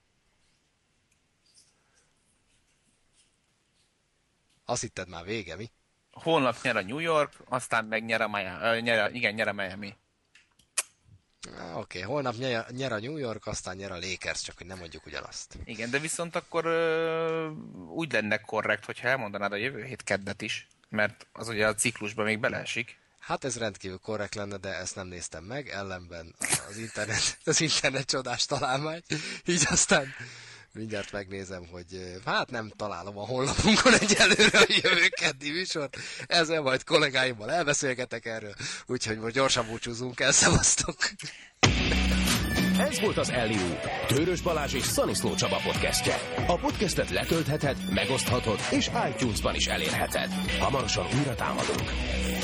Azt hitted már vége, mi? Holnap nyer a New York, aztán meg nyer a Miami. Nyer, igen, nyer a Miami. Oké, okay. Holnap nyer, nyer a New York, aztán nyer a Lakers, csak hogy nem mondjuk ugyanazt. Igen, de viszont akkor ö, úgy lenne korrekt, hogyha elmondanád a jövő hét keddet is, mert az ugye a ciklusban még beleesik. Hát ez rendkívül korrekt lenne, de ezt nem néztem meg, ellenben az internet, az internet csodás találmány, így aztán mindjárt megnézem, hogy hát nem találom a honlapunkon egyelőre a jövő keddi műsort. Ezzel majd kollégáimmal elbeszélgetek erről, úgyhogy most gyorsan búcsúzunk el, szevasztok! Ez volt az Eliú, Tőrös Balázs és Szaniszló Csaba podcastje. A podcastet letöltheted, megoszthatod és iTunes-ban is elérheted. Hamarosan újra támadunk.